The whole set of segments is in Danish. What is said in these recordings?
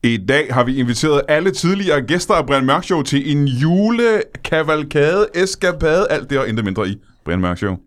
I dag har vi inviteret alle tidligere gæster af Brian Mørk Show til en julekavalkade, eskapade, alt det og intet mindre i Brian Mørk Show.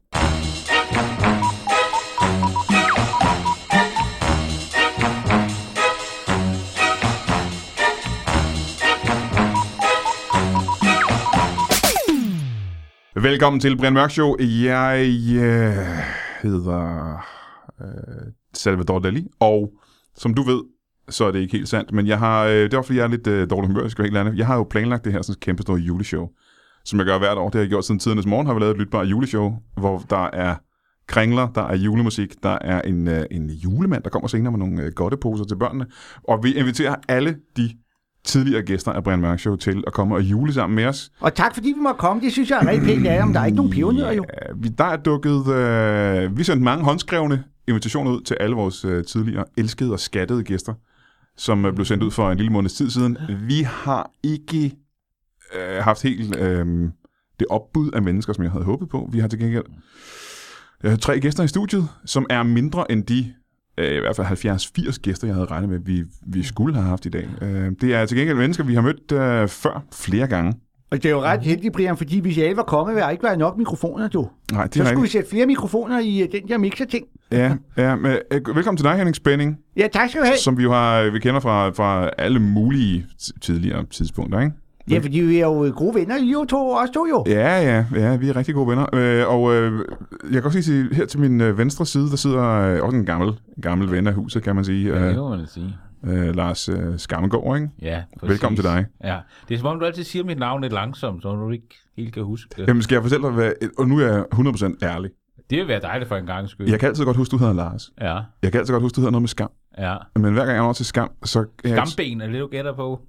Velkommen til Brian Mørk Show. Jeg hedder Salvador Dali, og som du ved, så er det ikke helt sandt, men jeg har, det er fordi jeg er lidt dårlig humør, skal jeg, jeg har jo planlagt det her sådan et kæmpe stort juleshow, som jeg gør hvert år. Det har jeg gjort siden tidernes morgen, har vi lavet et lytbart juleshow, hvor der er kringler, der er julemusik, der er en julemand, der kommer senere med nogle godteposer til børnene, og vi inviterer alle de tidligere gæster af Brian Mørk Show til at komme og jule sammen med os. Og tak fordi vi må komme, det synes jeg er rigtig pænt af, om der er ikke nogen pebernødder jo. Der er dukket, vi sendte mange håndskrevne invitationer ud til alle vores tidligere elskede og skattede gæster, som blev sendt ud for en lille måneds tid siden. Vi har ikke haft helt det opbud af mennesker, som jeg havde håbet på. Vi har til gengæld 3 gæster i studiet, som er mindre end de i hvert fald 70-80 gæster, jeg havde regnet med, vi skulle have haft i dag. Det er til gengæld mennesker, vi har mødt før flere gange. Og det er jo ret heldigt, Brian, fordi hvis alle var kommet, ville der ikke være nok mikrofoner, du. Nej, det så skulle vi sætte flere mikrofoner i den der mixer-ting. Ja, men velkommen til dig, Henning Spænding. Ja, tak skal du have. Som vi kender fra alle mulige tidligere tidspunkter, ikke? Ja, fordi vi er jo gode venner, I jo også to jo. Ja, vi er rigtig gode venner. Jeg kan også sige, her til min venstre side, der sidder også en gammel ven af huset, kan man sige. Ja, det må man sige. Lars Skammegaard, ikke? Ja, præcis. Velkommen til dig. Ja, det er som om, du altid siger mit navn lidt langsomt, så du ikke helt kan huske det. Jamen, skal jeg fortælle dig, og nu er jeg 100% ærlig. Det vil være dejligt for en gang skyld. Jeg kan altid godt huske, du hedder Lars. Ja. Jeg kan altid godt huske, du hedder noget med skam. Ja. Men hver gang jeg når til skam, så... Skamben er det, du gætter på?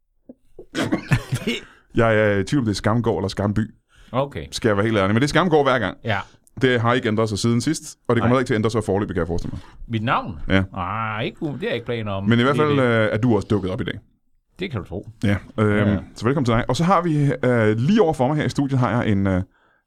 Jeg er i tvivl om det er Skamgård eller Skamby. Okay. Skal jeg være helt ærlig. Men det er Skamgård hver gang. Ja. Det har ikke ændret sig siden sidst, og det kommer ikke til at ændre sig foreløbig, kan jeg forestille mig. Mit navn? Ja. Det er jeg ikke planer om. Men i hvert fald er du også dukket op i dag. Det kan du tro. Ja, så velkommen til dig. Og så har vi lige over for mig her i studiet, har jeg en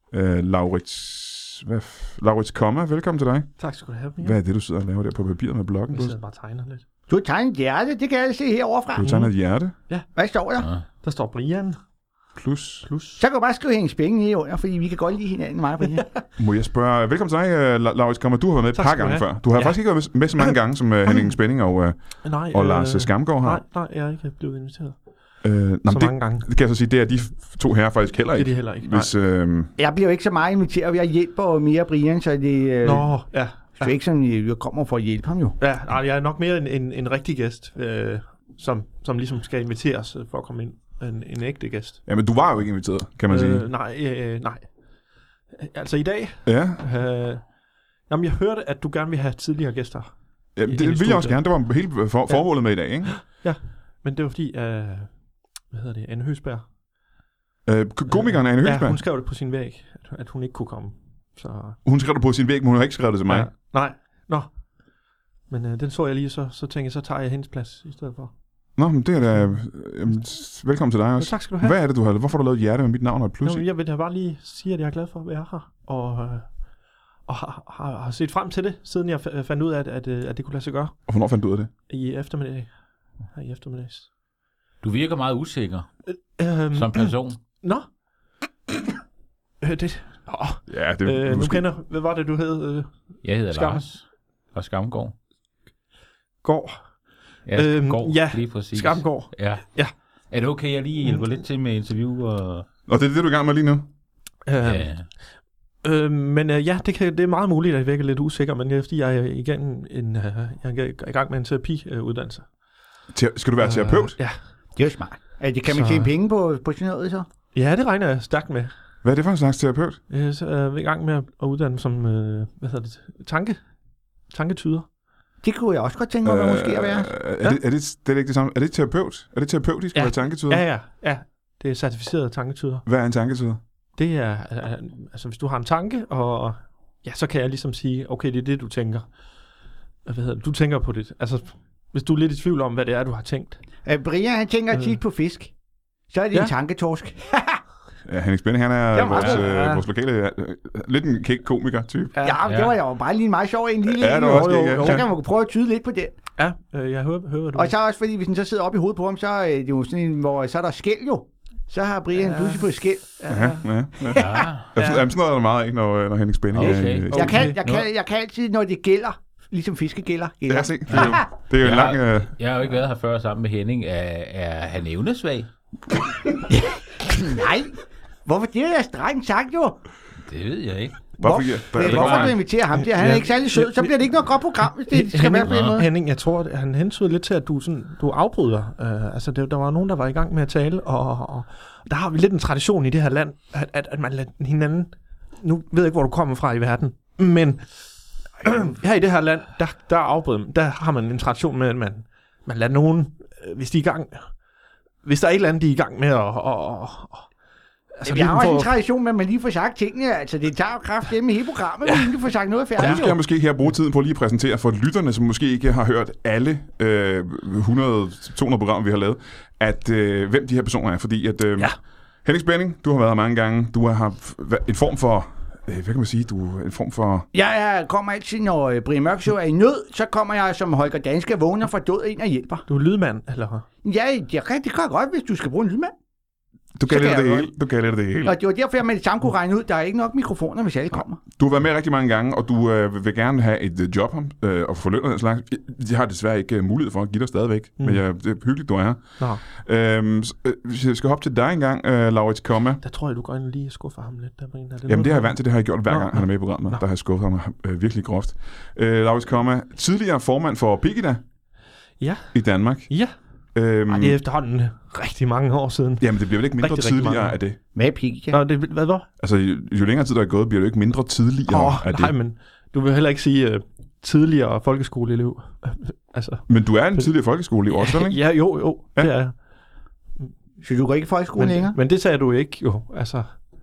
Laurits Komma. Velkommen til dig. Tak skal du have. Ja. Hvad er det, du sidder og laver der på papiret med bloggen? Jeg sidder bare og tegner lidt. Du har tegnet et hjerte, det kan jeg se heroverfra. Du har tegnet et hjerte? Ja. Hvad står der? Ja. Der står Brian. Plus. Så kan du bare skrive Henning Spænding her under, fordi vi kan godt lide hinanden meget, Brian. Må jeg spørge, velkommen til dig, Laurits Komma. Du har været med et par gange før. Du har faktisk ikke været med så mange gange, som Henning Spænding og Lars Skamgaard har. Nej, jeg er ikke blevet inviteret. Så mange gange. Det kan jeg så sige, det er de to herrer faktisk heller ikke. Det er de heller ikke. Hvis, jeg bliver jo ikke så meget inviteret, og jeg hjælper mere Brian, så det... Nå, ja. Så ikke sådan, jeg kommer for at hjælpe ham jo. Ja, jeg er nok mere en rigtig gæst, som ligesom skal inviteres for at komme ind. En ægte gæst. Ja, men du var jo ikke inviteret, kan man sige. Nej. Altså i dag... Ja. Jamen, jeg hørte, at du gerne vil have tidligere gæster. Ja, det vil jeg også gerne. Det var helt formålet med i dag, ikke? Ja, men det var fordi... Anne Høsberg. Komikeren Anne Høsberg? Ja, hun skrev det på sin væg, at hun ikke kunne komme. Så... Hun skrev det på sin væg, men hun har ikke skrevet det til mig. Ja, nej, nå. Men den så jeg lige, så tænkte jeg, så tager jeg hendes plads i stedet for. Nå, men det er da... velkommen til dig også. Ja, tak skal du have. Hvad er det, du har... Hvorfor har du lavet hjerte med mit navn og et plus? Jeg vil da bare lige sige, at jeg er glad for at være her. Og har set frem til det, siden jeg fandt ud af, at det kunne lade sig gøre. Og hvornår fandt du ud af det? I eftermiddags. Du virker meget usikker som person. Nå. Ja, det nu kender... Hvad var det, du hed? Jeg hedder Lars. Og Skamgaard. Gård. Ja, Gård, lige præcis. Skamgaard. Ja. Er det okay, jeg lige hjælper lidt til med interview? Og det er det, du er i gang med lige nu? Ja. Men det er meget muligt, at jeg virker lidt usikker, men det er fordi, jeg er i gang med en terapiuddannelse. Skal du være terapeut? Ja. Det er jo smart. Det kan man tjene penge på sådan noget, så? Ja, det regner jeg stærkt med. Hvad er det for en slags terapeut? Så er vi i gang med at uddanne som, tanketyder. Det kunne jeg også godt tænke mig, måske at være. Er det ikke det samme? Er det terapeut? Er det terapeutisk at være tanketyder? Ja. Det er certificeret tanketyder. Hvad er en tanketyder? Det er, altså hvis du har en tanke, og så kan jeg ligesom sige, okay, det er det, du tænker. Du tænker på det. Altså, hvis du er lidt i tvivl om, hvad det er, du har tænkt. Brian, han tænker tit på fisk. Så er det en tanketorsk. Ja, Henning Spænding, han er Ja, meget vores lokale, lidt en kæk komiker-type. Ja, det var jo bare lige en meget sjov en lille Ja, det var også det, ja. Så kan man prøve at tyde lidt på det. Ja, jeg hører du. Og så også fordi, hvis den så sidder op i hovedet på ham, så er det jo sådan en, hvor så er der skæld jo. Så har Brian pludselig på skæld. Ja. Sådan noget er der meget af, når Henning Spænding Okay. Jeg kan altid, når det gælder, ligesom fiskegælder. Ja, se. Det er jo en lang... Jeg har jo ikke været her før sammen med Henning. Er han evnesvag? Nej. Hvorfor? Det er da strengt sagt jo. Det ved jeg ikke. Hvorfor du inviterer ham der? Han er ikke særlig sød. Så bliver det ikke noget godt program, hvis det skal være på den måde. Henning, jeg tror, at han hensyder lidt til, at du afbryder. Altså, der var nogen, der var i gang med at tale, og der har vi lidt en tradition i det her land, at man lader hinanden... Nu ved jeg ikke, hvor du kommer fra i verden, men her i det her land, der afbryder der har man en tradition med, at man lader nogen, hvis de er i gang... Hvis der er et eller andet, de er i gang med Altså, vi har også en tradition med, at man lige får sagt tingene. Altså, det tager jo kraft hjemme i hele programmet, men lige får sagt noget færdigt. Nu skal jeg måske her bruge tiden på at lige præsentere for lytterne, som måske ikke har hørt alle 100-200 programmer, vi har lavet, at hvem de her personer er. Fordi at Henning Spænding, du har været her mange gange. Du har en form for... Hvad kan man sige? Du er en form for... Jeg kommer altid, når Brian Mørk Show er i nød, så kommer jeg som Holger Danske vågner fra død ind og hjælper. Du er lydmand, eller? Ja, det kan godt, hvis du skal bruge en lydmand. Du kan lade det hele. Og det var derfor, jeg med det samme kunne regne ud, der er ikke nok mikrofoner, hvis alle kommer. Du har været med rigtig mange gange, og du vil gerne have et job og få løn og den slags. Jeg har desværre ikke mulighed for at give dig stadigvæk, men det er hyggeligt, du er her. Hvis jeg skal hoppe til dig en gang, Laurits Komma. Der tror jeg, du går ind og lige skuffer ham lidt. Jamen det har jeg vant til, det har jeg gjort hver gang, han er med i programmet. Der har jeg skuffet ham virkelig groft. Laurits Komma, tidligere formand for Pegida i Danmark. Ja. Det er efterhånden rigtig mange år siden. Jamen, det bliver vel ikke mindre tidligere af det? Hvad er Pegida? Hvad var? Altså, jo længere tid der er gået, bliver det jo ikke mindre tidligere af det. Nej, men du vil heller ikke sige tidligere folkeskoleelev. Altså. Men du er en tidligere folkeskoleelev også, ikke? Ja, jo, det er jeg. Så du går ikke i folkeskolen længere? Men det sagde du ikke, jo. Altså.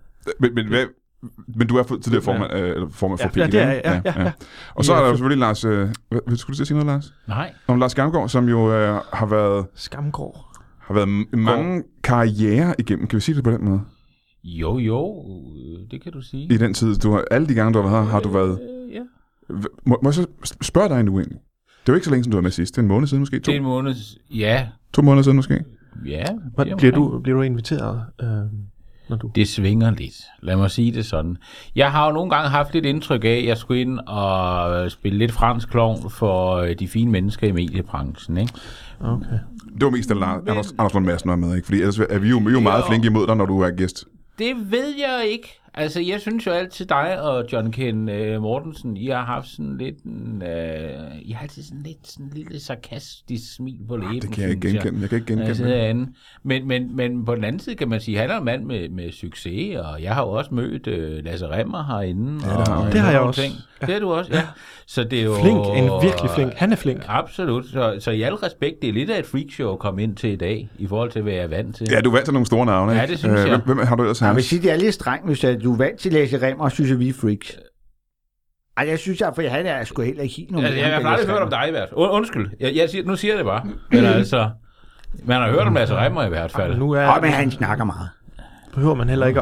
Men du er tidligere formand for Pegida. Ja, det er ja. Og så er der jo selvfølgelig Lars... Skulle du sige noget, Lars? Nej. Om Lars Skamgaard, som jo har været... Skamgaard. Har været mange karrierer igennem. Kan vi sige det på den måde? Jo, det kan du sige. I den tid, alle de gange, du har været her, har du været... Ja. Må jeg så spørge dig nu egentlig? Det er jo ikke så længe, som du var med sidst. Det er en måned siden måske? Det er en måned, ja. 2 måneder siden måske? Ja. Bliver du inviteret... Det svinger lidt. Lad mig sige det sådan. Jeg har jo nogle gange haft lidt indtryk af, at jeg skulle ind og spille lidt fransk klovn for de fine mennesker i mediebranchen, ikke? Okay. Det var mest Anders Lund Madsen var med, ikke? Fordi ellers er vi jo meget flinke imod dig, når du er gæst. Det ved jeg ikke. Altså, jeg synes jo altid dig og John Ken Mortensen, I har haft sådan lidt I har altid sådan lidt sådan en lille sarkastisk smil på læben. Det kan jeg ikke genkende. Jeg kan ikke genkende det. Men på den anden side kan man sige, at han er en mand med succes, og jeg har jo også mødt Lasse Remmer herinde. Ja, det har jeg også. Ja. Det er du også, ja. Så det er jo... Flink, en virkelig flink. Han er flink. Absolut. Så i al respekt, det er lidt af et freakshow at komme ind til i dag, i forhold til, hvad jeg er vant til. Ja, du er vant til nogle store navne, ikke? Ja, det synes jeg. Hvem har du ellers her? Jeg vil sige, det er lidt strengt, hvis du er vant til Lasse Remmer og synes, at vi er freaks. Ej, jeg synes, for han er sgu heller ikke helt nogen. Jeg har aldrig hørt om dig i hvert fald. Undskyld, nu siger jeg det bare. Men altså, man har hørt om Lasse Remmer i hvert fald. Men han snakker meget. Behøver man heller ikke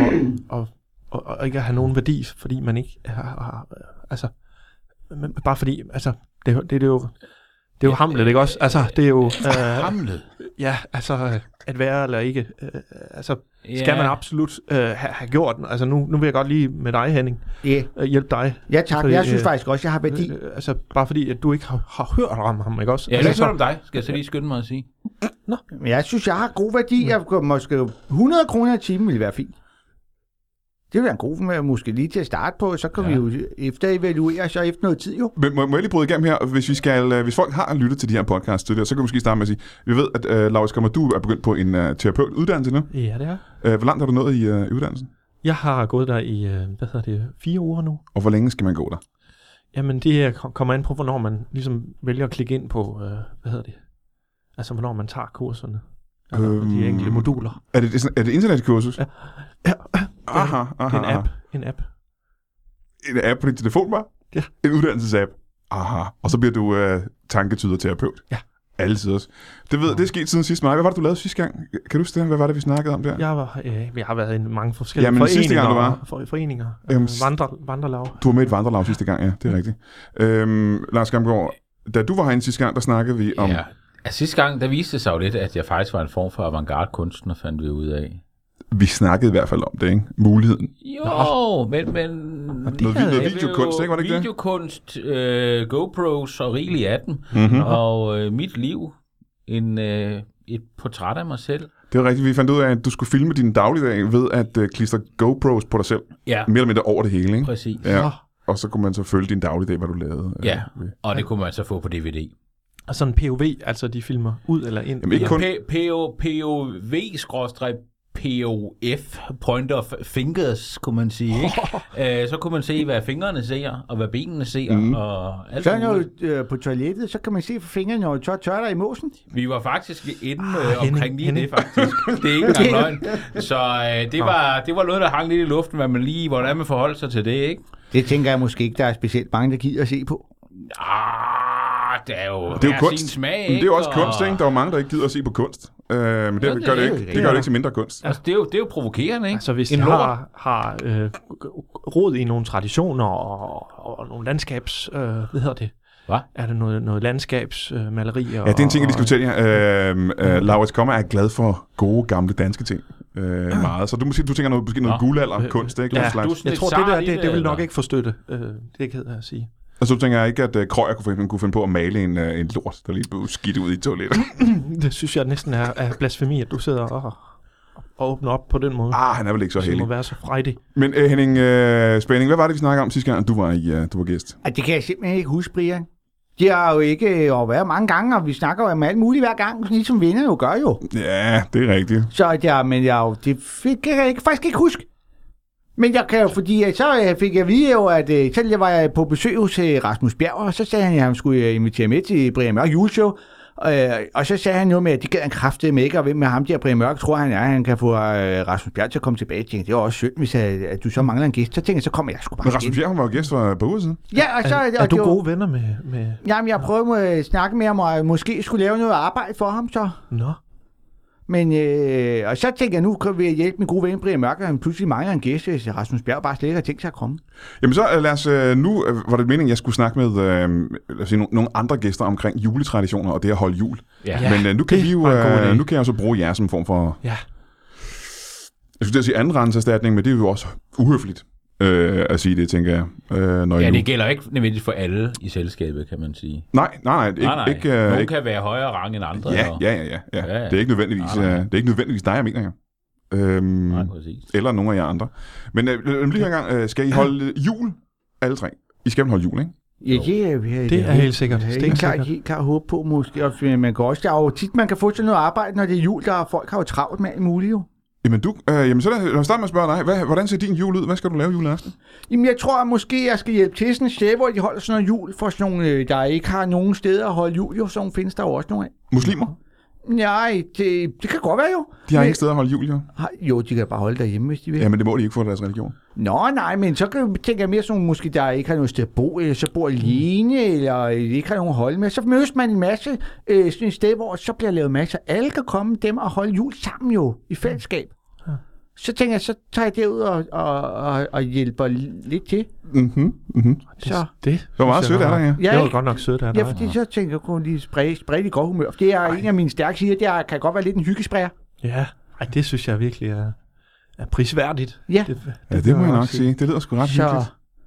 at ikke at have nogen værdi, fordi man ikke har altså, bare fordi, altså, det er jo Hamlet, ikke også? Altså, det er jo... Hamlet? Ja, altså, at være eller ikke. Altså, skal man absolut have gjort den. Altså, nu vil jeg godt lige med dig, Henning, hjælpe dig. Ja, tak. Fordi, jeg synes faktisk også, jeg har værdi. Altså, bare fordi, at du ikke har hørt om ham, ikke også? Jeg har ikke hørt om dig, skal jeg så lige skynde mig at sige. Nå. Men jeg synes, jeg har god værdi. Jeg måske 100 kroner i timen ville være fint. Det vil være en god med måske lige til at starte på, så kan vi jo efter evaluere, så efter noget tid jo. Men må jeg lige bryde igennem her? Hvis folk har lyttet til de her podcasts tidligere, så kan vi måske starte med at sige, vi ved, at Laurits Komma, du er begyndt på en terapeutuddannelse nu. Ja, det er. Hvor langt har du nået i uddannelsen? Jeg har gået der i, 4 uger nu. Og hvor længe skal man gå der? Jamen, det kommer an på, hvornår man ligesom vælger at klikke ind på, altså, hvornår man tager kurserne. De enkelte moduler. Er det internetkursus? Ja. Aha. En app. En app på din telefon bare? Ja. En uddannelsesapp? Aha. Og så bliver du tanketyder terapeut? Ja. Altid også. Det er sket siden sidste maj. Hvad var det, du lavede sidste gang? Kan du huske det? Hvad var det, vi snakkede om der? Jeg har været i mange forskellige foreninger. Sidste gang, du var? Foreninger. Vandrelav. Du var med i et vandrelav sidste gang, ja. Det er rigtigt. Lars Gamgaard, da du var herinde sidste gang, der snakkede vi om... Ja, sidste gang, der viste det sig jo lidt, at jeg faktisk var en form for avantgarde-kunstner, fandt vi ud af. Vi snakkede i hvert fald om det, ikke? Muligheden. Jo, men noget videokunst, ikke? Var det ikke videokunst, GoPros og rigeligt af dem. Mm-hmm. Og mit liv, et portræt af mig selv. Det er rigtigt. Vi fandt ud af, at du skulle filme din dagligdag ved at klister GoPros på dig selv. Ja. Mere eller mindre over det hele, ikke? Præcis. Ja. Og så kunne man så følge din dagligdag, hvad du lavede. Ja, og det kunne man så få på DVD. Og sådan POV, altså de filmer ud eller ind? Jamen, ikke kun... POV, point of fingers, kunne man sige. Ikke? Så kunne man se, hvad fingrene ser, og hvad benene ser, og alt så når du på toilettet, så kan man se for fingrene, når du tør dig i mosen. Vi var faktisk inde omkring lige det, faktisk. Det er ikke engang løgn. Så det var noget, der hang lidt i luften, hvordan man forholdt sig til det, ikke? Det tænker jeg måske ikke, der er specielt mange, der gider at se på. Det er jo kunst. Smag, det er jo også kunst, ikke? Der er jo mange, der ikke gider at se på kunst. Men det gør det ikke. Det gør det ikke til mindre kunst. Altså, det er jo provokerende, ikke? Altså, hvis de har rod i nogle traditioner og nogle landskabs... hvad hedder det? Hvad? Er det noget landskabsmaleri? Ja, det er en ting, jeg diskuterer jer. Laurits Kommer er glad for gode, gamle danske ting. Meget. Så du tænker noget guldalderkunst, ikke? Ja, jeg tror, det vil nok ikke få støtte. Det er ked af at sige. Og så tænker jeg ikke, at Krøyer kunne finde på at male en lort, der lige blev skidt ud i toilettet. Det synes jeg næsten er blasfemi, at du sidder og åbner op på den måde. Han er vel ikke så heldig. Det må være så frejdig. Men Henning Spænding, hvad var det, vi snakkede om sidste gang, du var gæst? Det kan jeg simpelthen ikke huske, Brian. Det har jo ikke været mange gange, og vi snakker jo om alt muligt hver gang, ligesom venner jo gør jo. Ja, det er rigtigt. Så det kan jeg faktisk ikke huske. Men jeg kan jo, fordi så fik jeg vide jo, at så var jeg på besøg hos Rasmus Bjerg, og så sagde han, at han skulle invitere med til Brian Mørk juleshow. Og så sagde han jo med, at det gad han kraftedeme med ikke, og hvem med ham der Brian Mørk tror han kan få Rasmus Bjerg til at komme tilbage. Jeg tænkte, det var også synd, hvis at du så mangler en gæst. Så tænkte jeg, så kommer jeg sgu bare. Men Rasmus Bjerg var jo gæst for uger siden. Ja, og så... Er du gode venner med... Jamen, jeg prøvede at snakke med ham, og måske skulle lave noget arbejde for ham, så... Nå. Men, og så tænker jeg, nu kan vi hjælpe min gode ven Brian Mørk, og han pludselig mangler en gæst, hvis Rasmus Bjerg bare slet ikke har tænkt sig at komme. Jamen så lad os, nu var det meningen, at jeg skulle snakke med nogle andre gæster omkring juletraditioner og det at holde jul. Ja. Men nu kan vi jo, nu kan jeg så bruge jer som form for, jeg skulle sige andenranserstatning, men det er jo også uhøfligt at sige det, tænker jeg. Det gælder ikke nødvendigt for alle i selskabet, kan man sige. Nej. Ikke, nogen kan være højere rang end andre. Ja. Det er ikke nødvendigvis dig, jeg mener jeg. Nej, præcis. Eller nogle af jer andre. Men lige en gang, skal I holde jul, alle tre? I skal holde jul, ikke? Ja, det er helt sikkert. Det er helt klart håbe på, måske. Og man kan også, der er jo tit, man kan få sådan noget arbejde, når det er jul, der folk har jo travlt med alt muligt jo. Jamen så lad os starte med at spørge dig. Hvordan ser din jul ud? Hvad skal du lave juleaften? Jamen jeg tror, at måske jeg skal hjælpe til sådan et sted, hvor de holder sådan noget jul for sådan nogle, der ikke har nogen steder at holde jul. Jo, sådan findes der jo også nogle af. Muslimer? Nej, det kan godt være jo. De har ingen steder at holde jul, jo? Jo, de kan bare holde derhjemme, hvis de vil. Ja, men det må de ikke få deres religion. Nej, men så tænker jeg mere sådan, måske der ikke har noget sted at bo, eller så bor alene, eller ikke har nogen at holde med. Så mødes man en masse sådan et sted, hvor så bliver lavet masser. Alle kan komme dem og holde jul sammen jo, i fællesskab. Så tænker jeg, så tager jeg derud og hjælper lidt til. Så. Det var meget sødt af dig, ja. Det var godt nok sødt af dig. Ja, fordi så tænker jeg, at kunne lige sprede i godt humør. For det er en af mine stærke sider, det kan godt være lidt en hyggesprayer. Ja, det synes jeg virkelig er prisværdigt. Ja. Det må jeg nok sige. Det lyder sgu ret hyggeligt.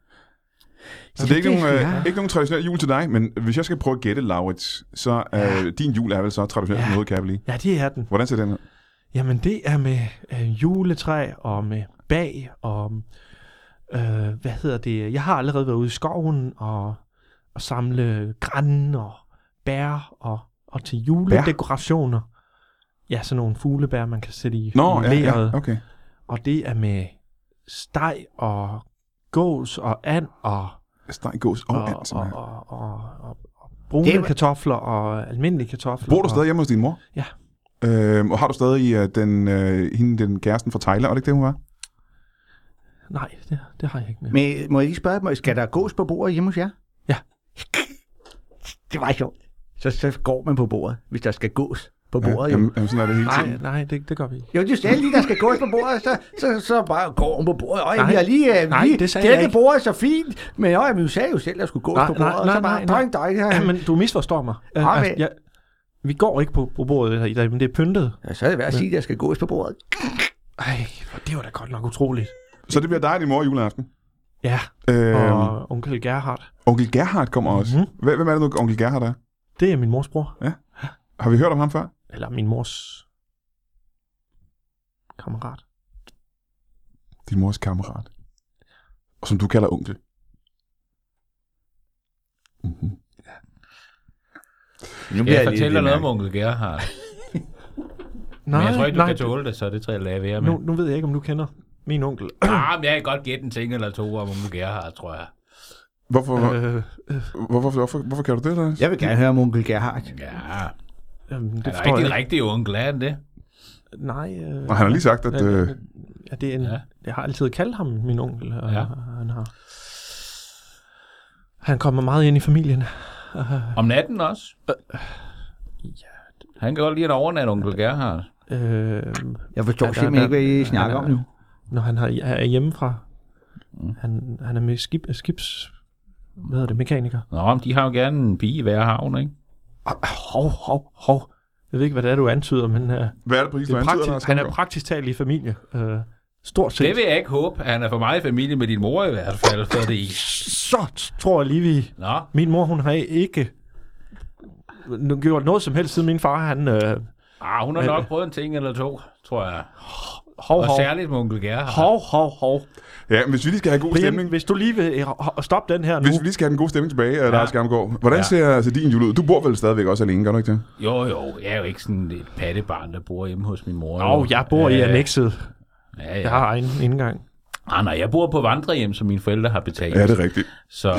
Så det er ikke nogen traditionel jul til dig, men hvis jeg skal prøve at gætte, Laurits, så din jul er vel så traditionelt noget, kan jeg blive. Ja, det er den. Hvordan ser den ud? Jamen, det er med juletræ og med bag og... hvad hedder det? Jeg har allerede været ude i skoven og samle gran og bær og til juledekorationer. Ja, sådan nogle fuglebær, man kan sætte i leret. Okay. Og det er med steg og gås og and og... Steg, gås og and, simpelthen. Og brune kartofler og almindelige kartofler. Bor du stadig hjemme hos din mor? Ja. Og har du stadig den kæresten fra Thailand, var det ikke det, hun var? Nej, det har jeg ikke mere. Men må jeg lige spørge, skal der gås på bordet hjemme hos jer? Ja. Det var sjovt. så går man på bordet, hvis der skal gås på bordet. Jamen, sådan er det hele tiden. Nej, det gør vi ikke. Jo, det er lige, der skal gås på bordet, så bare går om på bordet. Nej, vi har lige det sagde jeg dækket ikke. bordet så fint, men vi sagde jo selv, at der skulle gås på bordet. Så bare, Nej. Men du misforstår mig. Vi går ikke på bordet i dag, men det er pyntet. Ja, så er det værd at sige, at der skal gås på bordet. Ej, det var da godt nok utroligt. Så det bliver dig og din mor juleaften? Ja, og onkel Gerhard. Onkel Gerhard kommer også. Hvem er det nu, onkel Gerhard er? Det er min mors bror. Ja. Har vi hørt om ham før? Eller min mors kammerat. Din mors kammerat. Og som du kalder onkel. Mm-hmm. Nu jeg fortæller noget om onkel Gerhard. Men jeg tror ikke, du kan tåle det, så det tror jeg lade være med. Nu ved jeg ikke, om du kender min onkel. Men jeg kan godt gætte en ting eller to om onkel Gerhard, tror jeg. Hvorfor kan du det, der? Jeg vil gerne høre om onkel Gerhard. Ja. Det er ikke din rigtige onkel, er han det? Nej. Og han har lige sagt, at... det er en, jeg har altid kaldt ham min onkel. Og han kommer meget ind i familien. Om natten også? Han kan godt lide at overnatte onkel Gerhard. Jeg forstår simpelthen ikke, hvad I snakker om nu. Når han er hjemmefra. Han er med skibs... Hvad hedder det? Mekaniker. Nå, de har jo gerne en pige i hver havn, ikke? Hov. Jeg ved ikke, hvad det er, du antyder, men... Hvad er det præcis, du antyder? Han er praktisk talt i familie. Stort set. Det vil jeg ikke håbe. Han er for meget i familie med din mor i hvert fald. For det Så tror jeg lige, vi... Nå. Min mor, hun har ikke gjort noget som helst, siden min far, han... hun har nok prøvet en ting eller to, tror jeg. Og særligt med onkel Gerhard. Hov. Ja, hvis vi lige skal have god stemning... Hvis du lige vil stoppe den her nu... Hvis vi lige skal have den gode stemning tilbage, Lars Gamgaard. Hvordan ser din jul ud? Du bor vel stadigvæk også alene, gør du ikke det? Jo. Jeg er jo ikke sådan et pattebarn, der bor hjemme hos min mor. Jeg bor i annekset. Ja. Jeg har egen indgang. Nej, jeg bor på vandrehjem, som mine forældre har betalt. Ja, det er rigtigt. Så...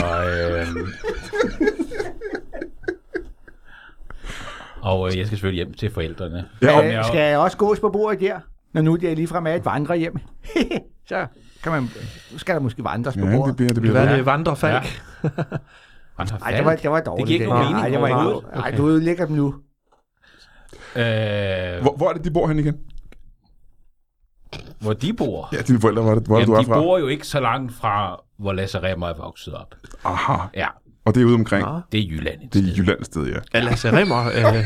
Og jeg skal selvfølgelig hjem til forældrene. Skal jeg også gås på bordet der? Når nu det er ligefrem er et vandrehjem. Så skal der måske vandres på bordet. Det bliver det vandrefalk. Nej, det var dårligt. Det giver ikke nogen mening. Nej, du ødelægger dem nu. Hvor er det, de bor hen igen? Hvor de bor? Ja, dine forældre, hvor er det, du er fra? De bor jo ikke så langt fra, hvor Lasse Remmer er vokset op. Aha. Ja. Og det er ude omkring? Ja. Det er Jylland. Det er Jylland sted, ja. Ja, Lasse Remmer... Det er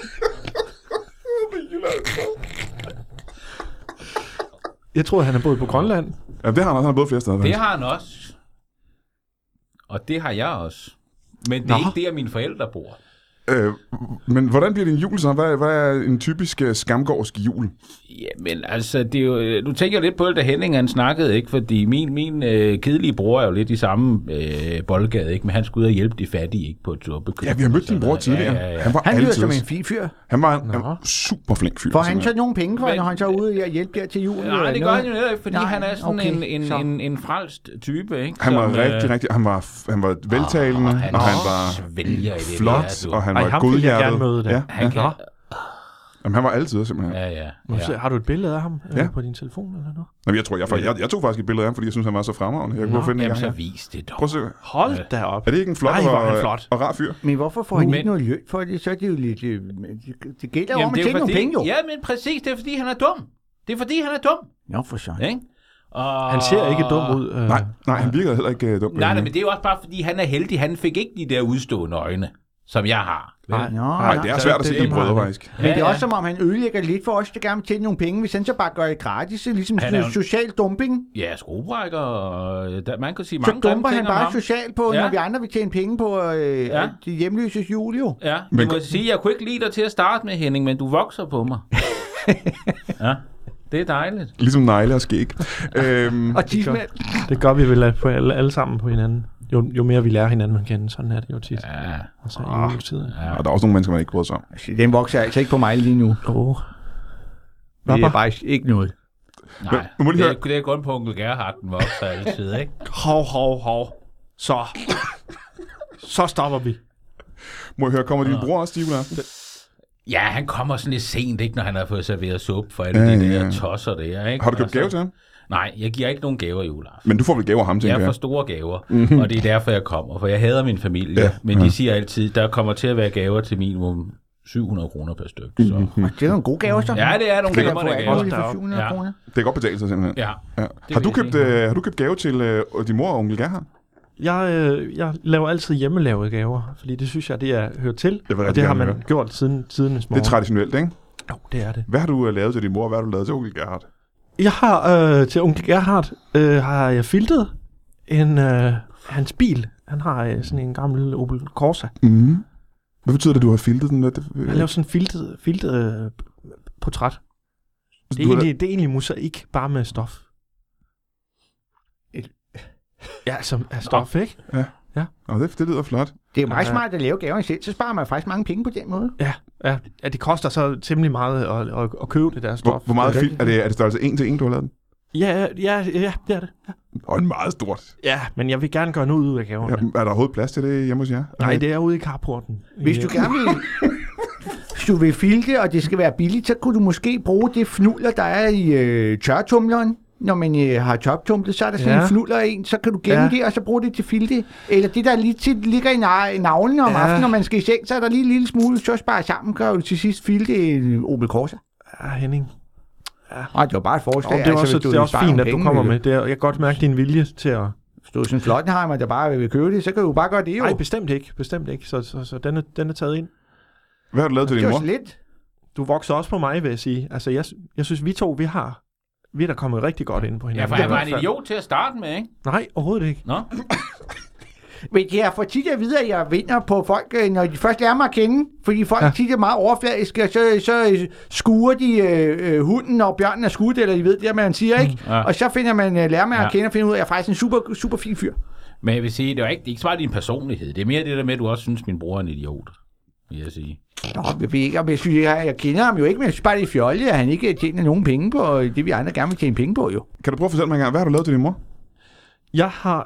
Jylland sted. Jeg tror, han er boet på Grønland. Ja, det har han også. Han har boet flere steder. Det har han også. Og det har jeg også. Men det er ikke der, mine forældre bor. Men hvordan bliver din jul så? Hvad er en typisk skamgårdsk jul? Jamen, altså, det er jo, nu tænker jeg lidt på det, da Henning han snakkede, ikke? Fordi min kedelige bror er jo lidt i samme boldgade, ikke? Men han skulle ud og hjælpe de fattige, ikke? På et jobbekøb. Ja, vi har mødt din bror tidligere. Ja. Han lyder som en fin fyr. Han var en super flink fyr. Får han så nogle penge for, når han så er ude og hjælpe der til jul? Nej, det gør han jo netop ikke, fordi han er sådan en frelst type, ikke? Han var rigtig. Han var veltalende, og han var flot, og han var godhjertet. Ja. Jamen, han var altid simpelthen. Ja. Har du et billede af ham på din telefon eller noget? Jamen, jeg tog faktisk et billede af ham, fordi jeg synes, han var så fremragende. Jeg kunne finde jamen, så vis det dog. Prøv at se. Hold da op. Er det ikke en flot og rar fyr? Men hvorfor får han ikke noget løn for det? Så er det jo lidt... Det gælder om at tjene nogle penge, jo. Ja, men præcis. Det er, fordi han er dum. Det er, fordi han er dum. Nå, for sådan. Han ser ikke dum ud. Nej, han virker heller ikke dum. Nej, men det er jo også bare, fordi han er heldig. Han fik ikke de der udstående øjne, som jeg har. Nej, det er svært at se i brødre, faktisk. Men det er også som om, han ødelægger lidt for os, der gerne vil tjene nogle penge, hvis han så bare gør det gratis, ligesom social dumping. Ja, skruebrækker, man kan sige mange ting. Så dumper han bare socialt på, når vi andre vil tjene penge på de hjemløses jul, jo. Ja, men må sige, jeg kunne ikke lide dig til at starte med, Henning, men du vokser på mig. Ja. Det er dejligt. Ligesom negle og skæg. Og tidsmænd. Det gør vi vel alle sammen på hinanden. Jo mere vi lærer hinanden at kende, sådan er det jo tit. Ja. Og så i juletiden. Ja. Og der er også nogle mennesker, man ikke bryder sig om. Den vokser altså ikke på mig lige nu. Det er bare ikke noget. Nej, det er kun på onkel Gerhard, den vokser altid, ikke? Hov. Så stopper vi. Må jeg høre, kommer din bror også til juleaften? Ja, han kommer sådan lidt sent, ikke, når han har fået serveret suppe for alle de der tosser der. Ikke? Har du købt gave til ham? Nej, jeg giver ikke nogen gaver i juleaften. Men du får vel gaver af ham, tænker jeg? Jeg får store gaver, og det er derfor, jeg kommer. For jeg hader min familie, men de siger altid, der kommer til at være gaver til minimum 700 kroner per stykke. Så. Det er nogle gode gaver, så. Ja, det er nogle gaver, der gaver. For 700 kroner. Det kan godt betale sig simpelthen. Ja. Har du købt gave til din mor og onkel Gerhard? Jeg laver altid hjemmelavede gaver, fordi det synes jeg, det hører til, og det har man gjort siden tidernes morgen. Det er traditionelt, ikke? Jo, det er det. Hvad har du lavet til din mor, og hvad har du lavet til onkel Gerhard? Jeg har til onkel Gerhard har jeg filtet hans bil. Han har sådan en gammel Opel Corsa. Mm. Hvad betyder det, du har filtet den? Jeg laver sådan en filtet portræt. Det er egentlig mosaik, bare med stof. Ja, som er stof, ikke? Ja. Og det lyder flot. Det er meget smart at lave gaver selv, så sparer man faktisk mange penge på den måde. Ja, det koster så temmelig meget at købe det der stof. Hvor meget er det størrelse 1 til 1, du har lavet den? Ja, det er det. Ja. Og en meget stort. Ja, men jeg vil gerne gøre noget ud af gaverne. Ja, er der overhovedet plads til det hjemme hos jer? Nej, det er ude i carporten. Hvis du gerne vil... Hvis du vil filte, og det skal være billigt, så kunne du måske bruge det fnulder, der er i tørretumleren. Når man har toptumlet, så er der sådan en fnulder en, så kan du gemme det, og så bruge det til filte. Eller det, der lige tit ligger i navlen om aftenen, når man skal i seng, så er der lige en lille smule, så sparer sammen, gør du til sidst filte en Opel Corsa. Ja, Henning. Ja. Nej, det var bare et forslag. Det er også fint, at du kommer med det. Jeg kan godt mærke din vilje til at... Hvis du er sådan en Flottenheimer, der bare vil købe det, så kan du bare gøre det jo. Nej, bestemt ikke. Så den er taget ind. Hvad har du lavet til din mor? Det var så lidt. Du vokser også på mig, vil jeg sige. Altså, jeg synes, vi er da kommet rigtig godt ind på hinanden. Ja, for han var en idiot til at starte med, ikke? Nej, overhovedet ikke. Nå? Men det er for tit at vide, at jeg vinder på folk, når de først lærer mig at kende. Fordi folk tit er meget overfladiske, og så skuer de hunden, og bjørnen er skudt, eller de ved det, man siger, ikke? Ja. Og så lærer man at kende og finde ud af, at jeg er faktisk en super, super fin fyr. Men jeg vil sige, det er ikke så meget din personlighed. Det er mere det der med, at du også synes, min bror er en idiot, vil jeg sige. Nå, jeg ved ikke, om jeg synes, jeg kender ham jo ikke, men jeg synes bare, det er fjollet, at han ikke tjener nogen penge på det, vi andre gerne vil tjene penge på, jo. Kan du prøve at fortælle mig engang, hvad har du lavet til din mor? Jeg har,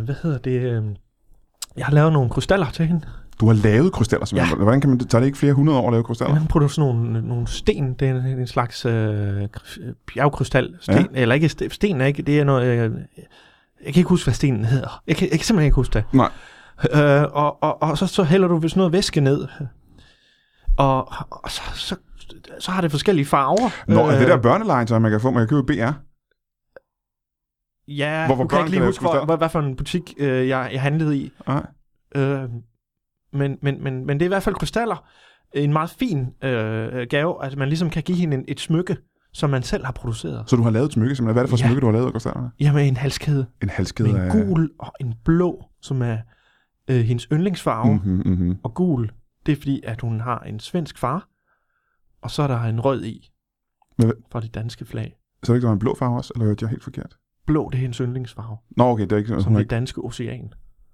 jeg har lavet nogle krystaller til hende. Du har lavet krystaller, simpelthen? Ja. Hvordan kan man, tager det ikke flere 100 år at lave krystaller? Man bruger sådan nogle sten, det er en slags bjergkrystal. Sten, eller ikke, sten er ikke, det er noget, jeg kan ikke huske, hvad stenen hedder. Jeg kan simpelthen ikke huske det. Nej. Og så hælder du sådan noget væske ned. Og så har det forskellige farver. Nå, er det der børnelegetøj, man kan få, man kan købe BR? Ja, du kan ikke lige huske, hvad for en butik jeg handlede i. Nej. Men det er i hvert fald krystaller. En meget fin gave, at man ligesom kan give hende et smykke, som man selv har produceret. Så du har lavet et smykke, simpelthen. Hvad er det for smykke, du har lavet af krystallerne? Jamen, en halskæde. En halskæde med en gul og en blå, som er hendes yndlingsfarve. Og gul, det er fordi, at hun har en svensk far, og så er der en rød i fra det danske flag. Så er det ikke, der var en blå farve også, eller hørte jeg helt forkert? Blå, det er hendes yndlingsfarve. Nå, okay, det er ikke... Som det danske ocean.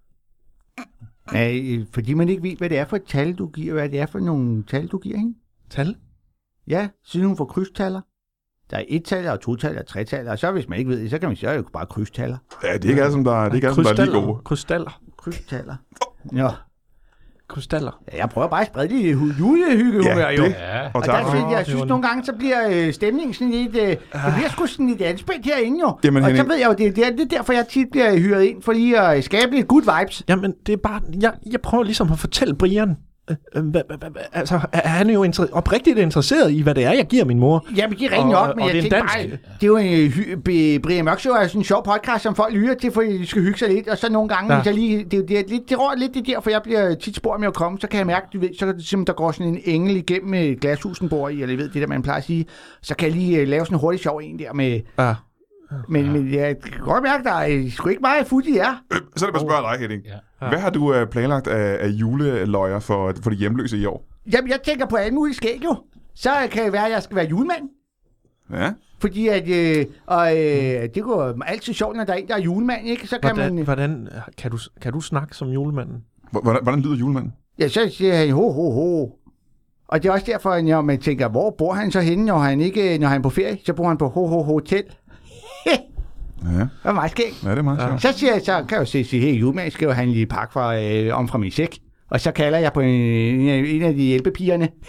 Nej, fordi man ikke ved, hvad det er for et tal, du giver, hvad det er for nogle tal, du giver, ikke? Tal? Ja, siden hun får krydstaller. Der er 1-taller og 2-taller og 3-taller, og så hvis man ikke ved det, så kan man sige, at det er jo bare krydstaller. Ja, det er ikke alle, som der er lige gode. Krystaller. Krydstaller. Ja. Krystaller. Ja, jeg prøver bare at sprede det julehygge-humør, jo. Ja. Og der synes nogle gange, så bliver stemningen sådan lidt... Det bliver sgu sådan lidt anspændt herinde, jo. Jamen, og så ved jeg jo, det er derfor, jeg tit bliver hyret ind, for lige at skabe lidt good vibes. Jamen, det er bare... Jeg prøver ligesom at fortælle Brian... altså, han er jo oprigtigt interesseret i, hvad det er, jeg giver min mor. Jamen, det er rigtig nok, men jeg tænker bare, det er jo Brian Mørk Show er sådan en sjov podcast, som folk lytter til, fordi de skal hygge sig lidt, og så nogle gange, det rører lidt det der, for jeg bliver tit spurgt med at komme, så kan jeg mærke, du ved, så simpelthen der går sådan en engel igennem et glashusenbord i, eller jeg ved det der, man plejer at sige, så kan jeg lige lave sådan en hurtig sjov en der med... Men jeg kan godt mærke, der er sgu ikke meget fut i jer. Så er det bare at spørge dig, Henning. Ja. Hvad har du planlagt af juleløjer for de hjemløse i år? Jamen, jeg tænker på alle mulige skæg, jo. Så kan det være, at jeg skal være julemand. Ja. Fordi at, det går altid sjovt, når der er en, der er julemand, ikke? Så kan hvordan kan du snakke som julemanden? Hvordan lyder julemanden? Ja, så siger han ho, ho, ho. Og det er også derfor, når man tænker, hvor bor han så henne, når han er på ferie? Så bor han på ho, ho, hotel. Ja. Det var meget skægt. Ja, det er meget sjovt. Så siger jeg, så kan jeg jo sige, hey, julemand skal jo have en lille pakke fra min sæk. Og så kalder jeg på en af de hjælpepigerne.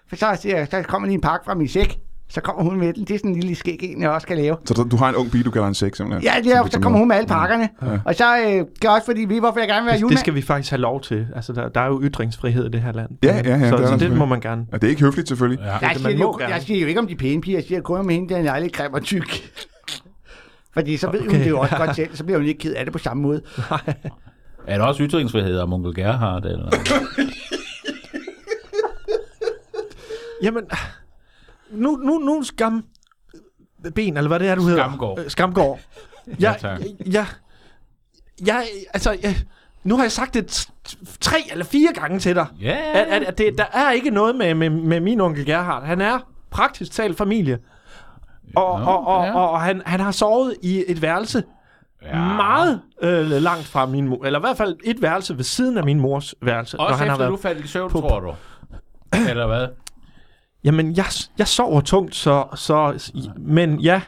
For så kommer lige en pakke fra min sæk. Så kommer hun med den. Det er sådan en lille skæg, jeg også skal lave. Så du har en ung pige, du kalder en sæk, simpelthen? Ja, så kommer hun med alle pakkerne. Ja. Og så gør også, fordi vi hvorfor jeg gerne vil være julemand. Det skal vi faktisk have lov til. Altså, der er jo ytringsfrihed i det her land. Ja, så det må man gerne. Ja, det er ikke høfligt, selvfølgelig. Ja. Jeg siger jo ikke om de pæne piger. Jeg siger kun om hende, der er en ejlig grim og tyk. Fordi så ved hun det jo også godt selv. Så bliver hun ikke ked af det på samme måde. Er der også ytringsfrihed om onkel Gerhard, eller? Jamen, nu skam ben, eller hvad det er, du hedder? Skamgård. Nu har jeg sagt det 3 eller 4 gange til dig. Yeah. At der er ikke noget med min onkel Gerhard. Han er praktisk talt familie. Og han har sovet i et værelse meget langt fra min mor. Eller i hvert fald et værelse ved siden af min mors værelse. Også når han efter har været du faldt i søvn, tror du? Eller hvad? Jamen, jeg sover tungt, så men ja.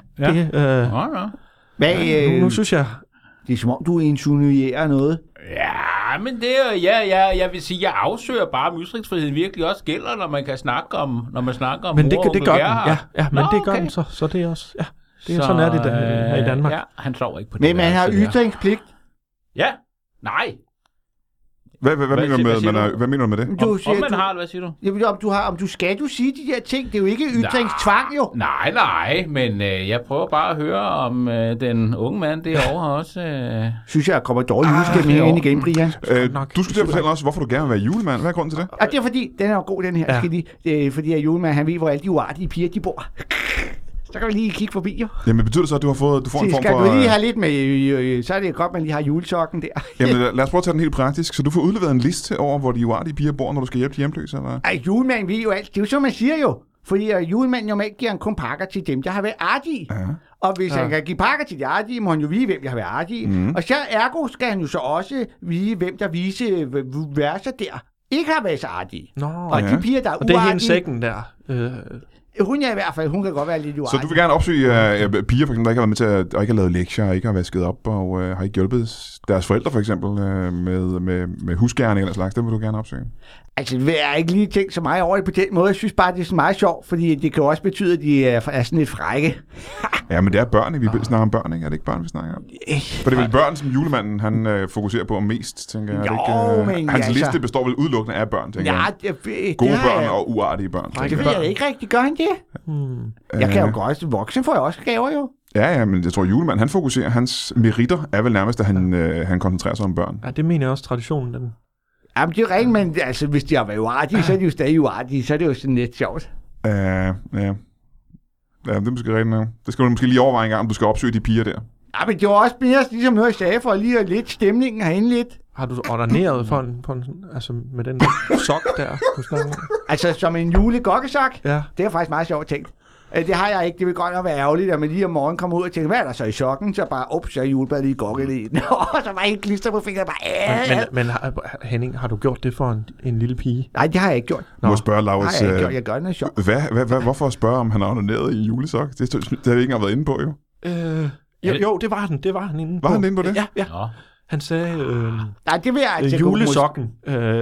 Det, nu synes jeg... Det er som om, du insinuerer noget. Ja, men det er jo... Jeg vil sige, jeg afsøger bare, om ytringsfriheden virkelig også gælder, når man kan snakke om, men det gør den. Men det gør okay. den, så det er også... Ja, det er sådan er det her i Danmark. Ja, han sover ikke på det. Men man har ytringspligt. Ja. Nej. Hvad mener du med det? Om man har det, hvad siger du? Om du skal sige de der ting. Det er jo ikke ytringstvang, jo. Nej, men jeg prøver bare at høre, om den unge mand derovre også... Synes jeg kommer dårligt julestemning ind igen, Brian. Du skulle til at fortælle også, hvorfor du gerne vil være julemand. Hvad er grunden til det? Og det er fordi, den er jo god, den her. Ja. Det er fordi, at julemand, han ved, hvor alle de uartige piger, de bor. Så kan vi lige kigge forbi, jo. Jamen, betyder det så, at du får en form for... Skal du lige have lidt med... Så er det godt, man lige har julesokken der. Jamen, lad os prøve at tage den helt praktisk. Så du får udleveret en liste over, hvor de uartige piger bor, når du skal hjælpe de hjemløse, eller? Ej, julemanden ved jo alt. Det er jo som man siger jo. Fordi julemanden normalt giver kun pakker til dem, der har været artige. Ja. Og hvis han kan give pakker til de artige, må han jo vide, hvem der har været artige. Mm. Og så ergo skal han jo så også vide, hvem der vise verser der ikke har været så artige. Og de piger, der er uartige... Og det er hendes sækken der. Hun er i hvert fald, hun kan godt være lidt uartig. Så du vil gerne opsøge piger, for eksempel, der ikke har været med til at ikke har lavet lektier, og ikke har vasket op, og har ikke hjulpet deres forældre, for eksempel, med husgerning eller slags. Det vil du gerne opsøge. Altså, jeg har ikke lige tænkt så meget over det på den måde. Jeg synes bare, det er så meget sjovt, fordi det kan jo også betyde, at de er sådan lidt frække. Ja, men det er børn, vi snakker om børn, ikke? Er det ikke børn, vi snakker om? For det er vel børn, som julemanden han fokuserer på mest, tænker jeg. Jo, men hans liste består vel udelukkende af børn, tænker jeg. Gode børn og uartige børn. Det ved jeg ikke rigtig. Gør han det? Jeg kan jo godt. Voksen får jeg også gaver, jo. Ja, men jeg tror, julemanden, han fokuserer. Hans meritter er vel nærmest, at han koncentrerer sig om børn. Ja, det mener jeg også traditionen, den. Jamen, det er rent, men altså, hvis de har været uartige, så er de jo stadig uartige. Så er det jo sådan lidt sjovt. Ja, det er måske rigtigt. Det skal du måske lige overveje en gang, om du skal opsøge de piger der. Ja, men det var også mere ligesom noget, jeg sagde, for lige at lidt stemningen herinde lidt. Har du ordineret for en altså med den sok der, du snakker om? Altså som en julegokkesak? Ja. Det er faktisk meget sjovt tænkt. Det har jeg ikke. Det vil godt nok være ærgerligt, at man lige om morgenen kommer ud og tænker, hvad er der så i sokken? Så bare, så er julebadet lige gokket i den. Så var helt klister på fingeren. Men Henning, har du gjort det for en lille pige? Nej, det har jeg ikke gjort. Må spørge Laurits. Jeg gør noget sjovt. Hvorfor spørge, om han er ordineret i julesok? Det har vi ikke engang været inde på, jo. Jo, det var han. Det var han inde på. Var han inde på det? Ja. Han sagde nej, det vil jeg altså julesokken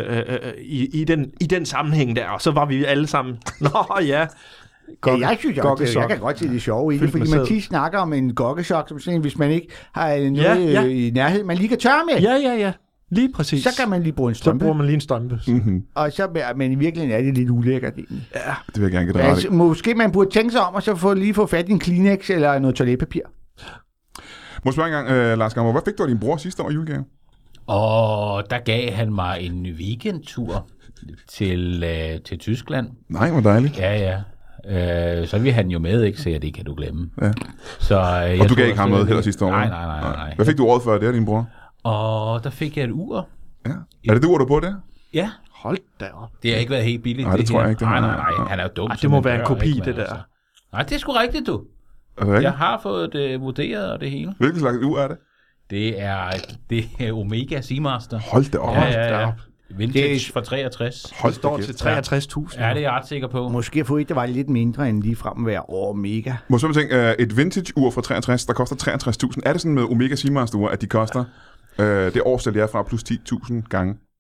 i den sammenhæng der, og så var vi alle sammen. Nå ja. Jeg synes også, jeg kan godt se det sjove i det, fordi man tit snakker om en gokkesok, som sådan, hvis man ikke har noget i nærhed, man lige kan tørre med. Ja. Lige præcis. Så kan man lige bruge en strømpe. Så bruger man lige en strømpe. Mm-hmm. Og så, men i virkeligheden er det lidt ulækkert. Ja, det vil jeg gerne give dig ret i. Måske man burde tænke sig om, og så lige få fat i en Kleenex eller noget toiletpapir. Må jeg spørge en gang, Lars Gammer, hvad fik du af din bror sidste år i julegave? Og der gav han mig en weekendtur til Tyskland. Nej, hvor dejligt. Ja. Så vil han jo med, ikke? Så det kan du glemme. Ja. Så, og du gav ikke ham med heller sidste år? Nej. Hvad fik du året før det af din bror? Og der fik jeg et ur. Ja. Er det ur, du på der? Ja. Hold da op. Det har ikke været helt billigt. Nej, det tror jeg ikke. Nej. Han er jo dum. Det må være en kopi, det der. Altså. Nej, det er sgu rigtigt, du. Okay. Jeg har fået det vurderet og det hele. Hvilken slags ur er det? Det er Omega Seamaster. Hold da op. Ja. Vintage fra 63. Hold står til 63.000. Ja, det er jeg ret sikker på. Måske for det var lidt mindre end lige frem at være Omega. Må jeg tænke, et vintage-ur fra 63, der koster 63.000. Er det sådan med Omega Seamaster-ur, at de koster det årstal, de er fra plus 10.000 gange?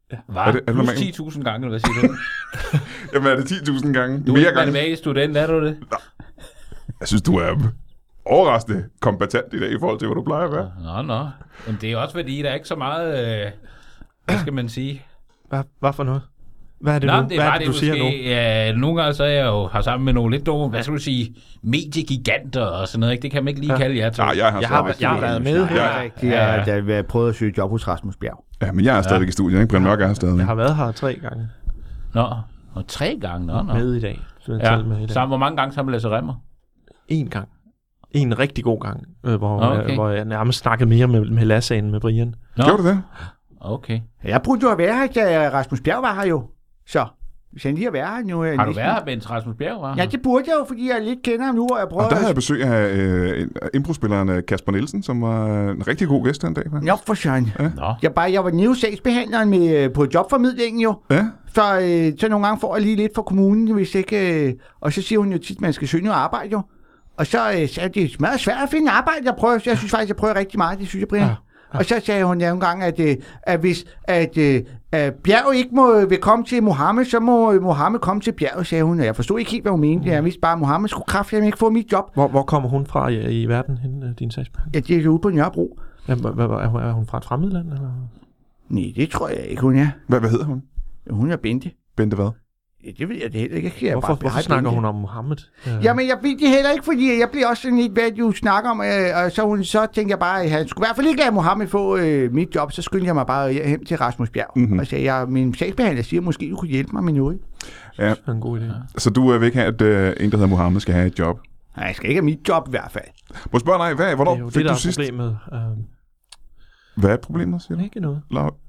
Var det plus normalt? 10.000 gange, eller hvad siger du? Jamen er det 10.000 gange? Du er Mere ikke gange? matematisk student, er du det? Jeg synes, du er overraskende kompetent i dag i forhold til, hvad du plejer at være. Nå. Men det er også fordi, der er ikke så meget, hvad skal man sige? Hvad for noget? Hvad er det, Nå, du, det er hvad bare er det, du det, siger nu? måske, ja, nogle gange så er jeg jo har sammen med nogle lidt dumme, hvad skal du sige, mediegiganter og sådan noget, ikke? Det kan man ikke lige kalde jer til. Nej, jeg Jeg har været med Det her. er rigtigt, at jeg prøvede at søge job hos Rasmus Bjerg. Ja, men jeg er stadigvæk i studiet, ikke? Brian Mørk er her stadigvæk. Jeg har været her 3 gange. Nå, og 3 gange, nå. Med i dag. Ja, med i dag. sammen, hvor mange gange sammen med Lasse Remmer? 1 gang. En rigtig god gang, Okay. hvor jeg nærmest snakkede mere med Lasse end med Brian. Nå, Gjorde du det? okay. Jeg burde jo have været her, da Rasmus Bjerg var her jo. Så, hvis han lige har været her nu... Har du været her, Bent Rasmus Bjerg, var? Ja, det burde jeg jo, fordi jeg lidt kender ham nu, og jeg prøver... Og der havde jeg besøg af improspilleren Kasper Nielsen, som var en rigtig god gæst den dag. Faktisk. Nå, for søren. Nå. Jeg var nede sagsbehandleren på jobformidlingen jo. Ja. Så nogle gange får jeg lige lidt fra kommunen, hvis ikke... og så siger hun jo tit, at man skal søge noget arbejde jo. Og så er det meget svært at finde arbejde. Jeg synes faktisk, jeg prøver rigtig meget. Det synes jeg, Brian. Ja. Og så sagde hun nogle gange, at hvis Bjerg ikke vil komme til Mohammed, så må Mohammed komme til Bjerg, sagde hun. Og jeg forstod ikke helt, hvad hun mente. Jeg vidste bare, at Mohammed skulle kraftigt ikke få mit job. Hvor kommer hun fra i verden, hende, din sagsbehandler? Ja, det er ude på Nørrebro. Ja, er hun fra et fremmedland? Eller? Nej, det tror jeg ikke, hun er. Hvad hedder hun? Hun er Bente. Bente hvad? Ja, det ved jeg det heller ikke. Hvorfor snakker hun om Mohammed? Jamen, jeg ved det heller ikke, fordi jeg bliver også sådan lidt, hvad du snakker om, og så tænkte jeg bare, at han skulle i hvert fald ikke lade Mohammed få mit job, så skyndte jeg mig bare hen til Rasmus Bjerg. Mhm. Og sagde, min sagsbehandler siger, måske du kunne hjælpe mig med noget. Ja. Det er en god idé. Så du vil ikke have, at en, der hedder Mohammed, skal have et job? Nej, jeg skal ikke have mit job i hvert fald. Må jeg spørge dig, hvornår Det er jo fik det, der du er sidst? problemet. Hvad er problemet, siger du? Ikke noget.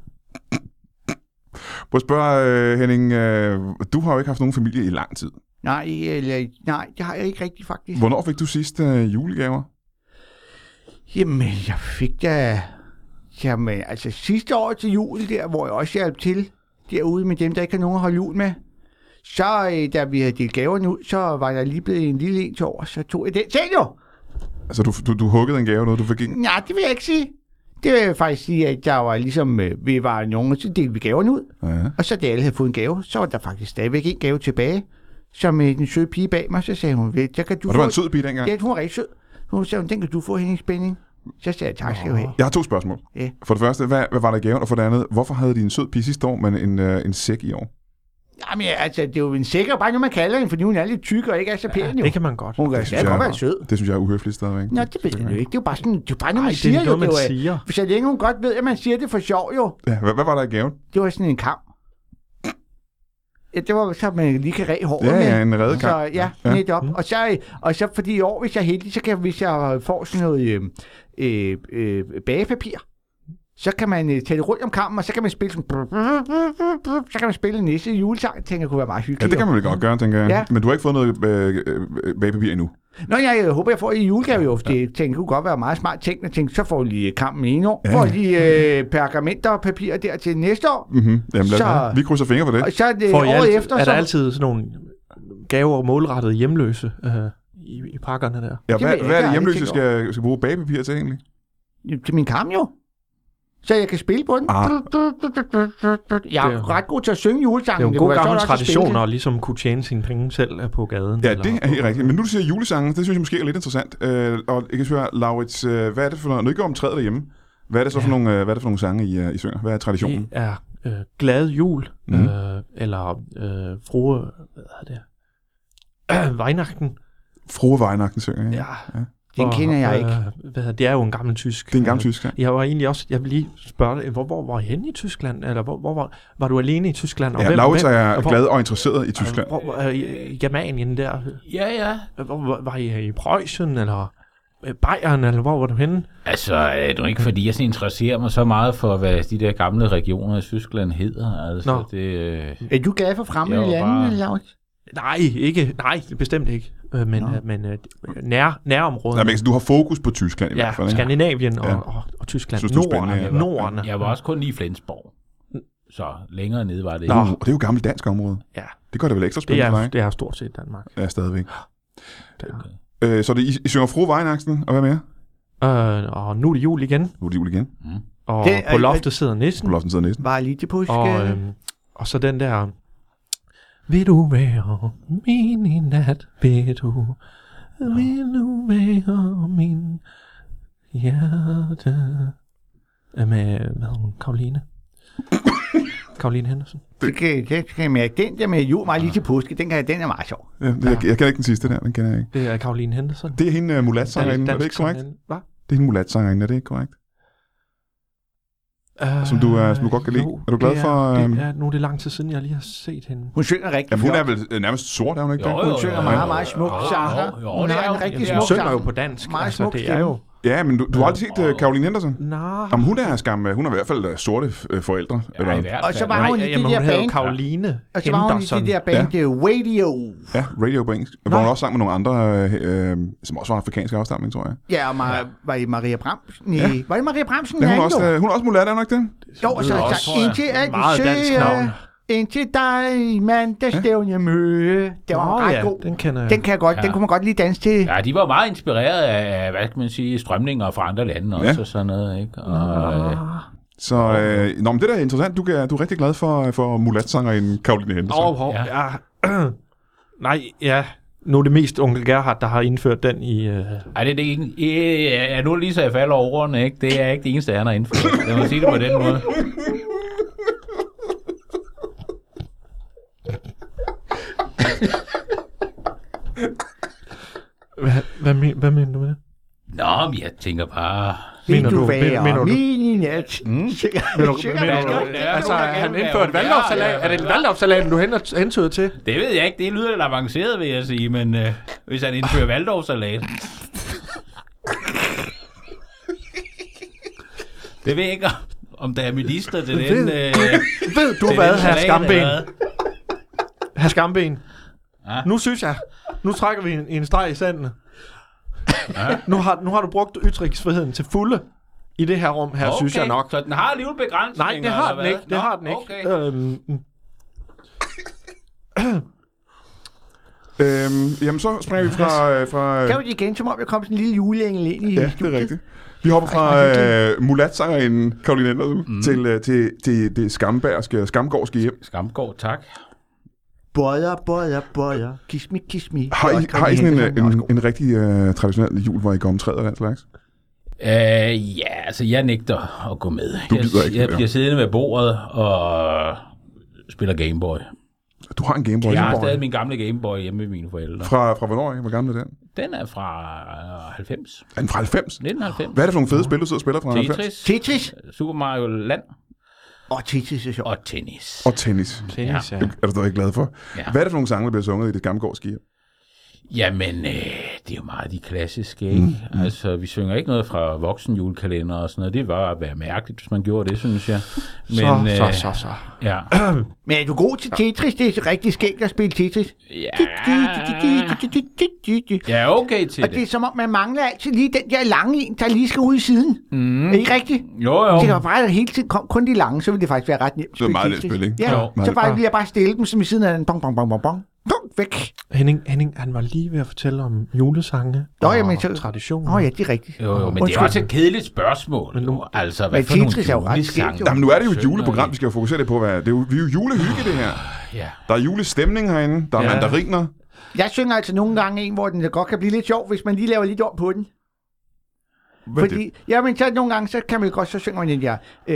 Må jeg spørge, Henning, du har jo ikke haft nogen familie i lang tid. Nej, det har jeg ikke rigtigt faktisk. Hvornår fik du sidst julegaver? Jamen, jeg fik da... Jamen, altså sidste år til jul der, hvor jeg også hjalp til derude med dem, der ikke har nogen at holde jul med. Så da vi havde delt gaverne ud, så var der lige blevet en lille en til over, så tog jeg den selv jo. Altså, du huggede en gave, noget du fik ind? Nej, det vil jeg ikke sige. Det vil jeg faktisk sige, at der var ligesom, vi var nogen, så delte vi gaverne ud. Ja. Og så da alle havde fået en gave, så var der faktisk stadigvæk en gave tilbage. Som den søde pige bag mig, så sagde hun, så kan du Og få... du var en sød pige dengang? Ja, hun var rigtig sød. Hun sagde, den kan du få, Henning Spænding. Så sagde jeg, tak skal du have. Jeg har 2 spørgsmål. Ja. For det første, hvad var der i gaven? Og for det andet, hvorfor havde de en sød pige sidste år, men en sæk i år? Jamen, altså, det er jo en sikker, bare nu man kalder hende, fordi hun er lidt tyk og ikke er så pæn, jo. Det kan man godt. Hun kan synes godt jeg- være sød. Det synes jeg er uhøfligt stadigvæk. Nå, det ved jeg jo ikke. Det er jo bare sådan, det er bare noget, man det siger er jo. noget, man Det er jo, siger. så længe hun godt ved, at man siger det for sjov, jo. Ja, hvad var der i gaven? Det var sådan en kam. Ja, det var så, man lige kan ræge håret Ja, med. ja, en redekam. Så ja, Ja. netop. Og så fordi i år, hvis jeg er heldig, så kan hvis jeg får sådan noget bagepapir, så kan man tage det rundt om kammen, og så kan man spille sådan... Så kan man spille en næste julesang. Jeg tænker, det kunne være meget hyggeligt. Ja, det kan man vel godt gøre, tænker jeg. Ja. Men du har ikke fået noget bagpapir endnu? Nå, jeg håber, jeg får i julegave jo, for det tænker, kunne godt være meget smart tænkt. Jeg tænkte, så får jeg lige kampen ene år, Ja. får lige pergamenter og papir der til næste år. Mhm. Jamen, Så- vi krydser fingre for det. Og så er det Får I året efter, er så... der altid sådan nogle gaver målrettet hjemløse i pakkerne der? Ja, det ved hvad jeg er ikke, det jeg har hjemløse ikke skal bruge bagpapir til egentlig? Til min kam jo. Så jeg kan spille på den. Ah. Jeg Det er er- ret god til at synge julesangen. Det er jo en kunne god være gammel sjovt også at spille tradition det. at ligesom kunne tjene sine penge selv på gaden. Ja, det er helt rigtigt. Men nu du siger julesangen, det synes jeg måske er lidt interessant. Og jeg kan spørge, Laurits, hvad er det for noget? Nu ikke om træet derhjemme. Hvad er det så for nogle sange, I synger? Hvad er traditionen? Det er Glad Jul, Mhm. eller Frue, hvad hedder det? Weihnachten. Frue Weihnachten synger, ja. Ja. Den kender jeg ikke. Det er jo en gammel tysk. Det er en gammel tysk sang. Jeg var egentlig også, jeg vil lige spørge dig, hvor var I henne i Tyskland? Eller hvor var du alene i Tyskland? Og Ja, Laurits er og hvor- glad og interesseret i Tyskland. Hvor i Germanien der? Ja. Hvor var I i Preussen, eller Bayern, eller hvor var du henne? Altså, er det jo ikke, fordi jeg sådan interesserer mig så meget for, hvad de der gamle regioner i Tyskland hedder. Altså, Nå. det... Er du glad for fremmede Jeg var lande, bare- Laurits? Nej, bestemt ikke. Men nærområdet. Nej, men du har fokus på Tyskland i hvert fald, ikke? Skandinavien Ja. og Tyskland. Synes du er spændende, ja. Norden. Jeg var også kun lige i Flensborg. Så længere nede var det Nå. ikke. Det er jo gammelt dansk område. Ja. Det gør det vel ekstra Det spændende for dig? er stort set Danmark. Ja, stadigvæk. Okay. Så I synger Frue Weihnachten, og hvad mere? Og nu er det jul igen. Nu er det jul igen. Mm. Og på loftet sidder nissen. På loftet sidder nissen. Bare lige til påske. Og så den der... Vil du være min i nat, vil du være min hjerte... Med Karoline. Karoline Henderson. Det kan jeg mærke. Den der med jul meget lige til påske, den er meget sjov. Ja, jeg kender ikke den sidste der, den kender jeg ikke. Det er Karoline Henderson. Det er hende mulatsangerinde, er det ikke korrekt? Hvad? Det er hende mulatsangerinde, er det ikke korrekt? Som du godt kan lide. Jo, er du glad for... Nu er det lang tid siden, jeg lige har set hende. Hun synger rigtig Jamen, hun er flot. vel nærmest sort, er hun ikke? Hun synger meget, meget smukt sanger. Hun har en rigtig smuk Hun synger jo sang. på dansk. Meget Altså, smuk det er jo... Ja, men du har aldrig set Caroline Henderson? Nej. Jamen, hun er i hvert fald sorte forældre. Ja, i hvert Og så fald. var hun i det der band. Karoline Og så var hun i det der band, Radio. Ja, Radio på engelsk. Hvor hun også sang med nogle andre, som også var afrikansk afstamning, tror jeg. Ja, og var I Maria Bramsen? Ja. Var det Maria Bramsen? Ja, hun er også mulat, er hun ikke det? Jo, og så også, sagt, tror jeg. indtil at Meget dansk navn. indtil dig, mandagsstævn møde. Det var ret god. Den kender jeg. Den kan jeg godt, den kunne man godt lige danse til. Ja, de var meget inspireret af, hvad kan man sige, strømninger fra andre lande også, og sådan noget, ikke? Og, Så men det der er interessant. Du er rigtig glad for mulatsangerinde Caroline Henderson. Nej, ja. Nu er det mest onkel Gerhard, der har indført den i... Ej, det er ikke... Nu er det lige så jeg falder over ordene, ikke? Det er ikke det eneste, han har indført. Lad mig sige det på den måde. Hvad mener du med det? Nå, men jeg tænker bare... Vil du mener være du- min i nat? Altså, han indført valglovssalat. Er det en valglovssalat, du hentyder til? Det ved jeg ikke. Det lyder lidt avanceret, vil jeg sige, men hvis han indfører valglovssalat... Det ved jeg ikke, om der er minister til den... Ved du til hvad, den herr salat, Skamben? eller hvad? Herr Skamben. Ja. Nu synes jeg, nu trækker vi en streg i sandet. Ja. Nu har du brugt ytringsfriheden til fulde i det her rum her, synes jeg nok. Så den har alligevel begrænsninger, Nej, det har eller den ikke. hvad? Det har den ikke. Okay. Jamen, så springer vi fra Kan vi igen, som om der kom sådan en lille juleengel ind i ja, det er rigtigt. Vi hopper fra mulatsangerinde Caroline Henderson til det skamgårdske hjem. Skamgård, tak. Boller, kiss me. Har I sådan en rigtig traditionel jul, hvor I går om træet og den slags? Ja, altså jeg nægter at gå med. Du gider ikke, Jeg ja. bliver siddende ved bordet og spiller Gameboy. Du har en Gameboy. Jeg har stadig min gamle Gameboy hjemme med mine forældre. Fra hvornår? Hvor gammel er den? Den er fra 90. Er den fra 90? 1990. Hvad er det for nogle fede spil, du sidder og spiller fra 90? Tetris. Super Mario Land Og Tetris er sjovt. og tennis. Og tennis. Tennis, ja. Er du stadig glad for? Ja. Hvad er det for nogle sange, der bliver sunget i det skamgårdske hjem? Jamen, det er jo meget de klassiske, ikke? Altså, vi synger ikke noget fra voksenjulekalender og sådan noget. Det var at være mærkeligt, hvis man gjorde det, synes jeg. Men, Så. Ja. Men er du god til Tetris? Det er rigtig skægt at spille Tetris. Jeg er okay til Og det er det. som om, man mangler altid lige den der lange en, der lige skal ud i siden. Er det ikke rigtigt? Jo. Det kan bare hele tiden kun de lange, så vil det faktisk være ret nemt at Det er spille meget nemt Tetris. spil, ikke? Ja, Jo. så bare vil jeg bare stille dem som i siden af den. Bong, væk. Henning, han var lige ved at fortælle om julesange Nå, og jamen, så- traditioner. Ja, det er rigtigt. Jo, men det er Undskyld. også et kedeligt spørgsmål. Men nu- Nu, altså, hvad Men for nogle Tetris er jo ret julesange? skægt, jo. Jamen, nu er det jo et synger juleprogram, I? vi skal jo fokusere det på. Vi er jo julehygge, det her. Ja. Der er julestemning herinde. Der er Ja. mandariner. Jeg synger altså nogle gange en, hvor den godt kan blive lidt sjov, hvis man lige laver lidt om på den. Hvad er det? Fordi, jamen, så nogle gange, så kan man godt, så synger man den der,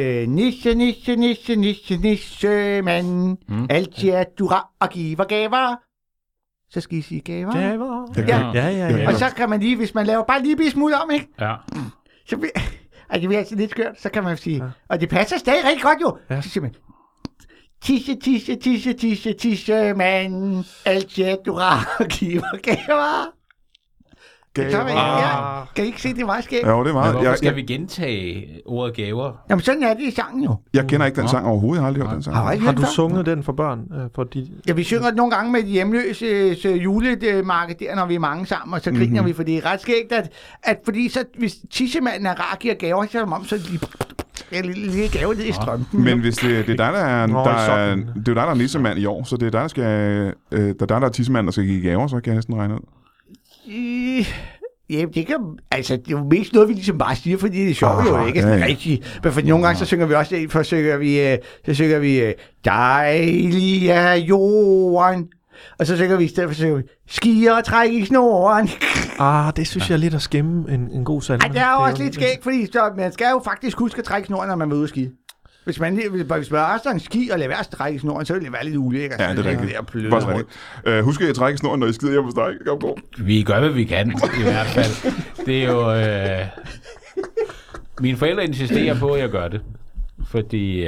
nisse, mand, alt er du og giver gaver. Så skal I sige gaver. Ja. Og så kan man lige, hvis man laver bare lige en smule om, ikke? Ja. Så bliver, det bliver altså lidt skørt, så kan man sige, og det passer stadig rigtig godt jo. Ja. Så siger man, tisse, mand, alt er du og giver gaver. Så vil jeg, kan I ikke se, det er meget skægt? Jo, det er Men meget. hvorfor skal vi gentage ordet gaver? Jamen, sådan er det i sangen jo. Jeg kender ikke den sang overhovedet. Jeg har aldrig hørt den sang. Har du sunget den for børn? For de... Ja, vi synger nogle gange med de hjemløse julemarked der, når vi er mange sammen, og så griner vi, for det er ret skægt, at fordi så, hvis tissemanden er rar giver gaver, så er det om, så lige gave ned i strømpen. Men hvis det er dig, der er, Nå, det er sådan. jo dig, der er nissemand i år, så det er dig, der skal, der er tissemand, der skal give gaver, så kan jeg næsten regne ud. Ja, det kan, altså, det er jo mest noget, vi ligesom bare siger, fordi det er sjovt jo ikke sådan rigtigt. Men for nogle gange, så synger vi også, så synger vi, dejlig er jorden. Og så synger vi i stedet for, skier og træk i snoren. Det synes jeg er lidt at skæmme en god salme. Det er jo også lidt skægt, fordi man skal jo faktisk huske at trække snoren, når man er ude at skide. Hvis man også en ski og lader være at trække snoren, så vil det være lidt ulækkert. Ja, det er rigtigt. Husk at trække snoren, når I skider hjemme hos dig. Kom på. Vi gør, hvad vi kan, i hvert fald. Det er jo... Mine forældre insisterer på, at jeg gør det. Fordi,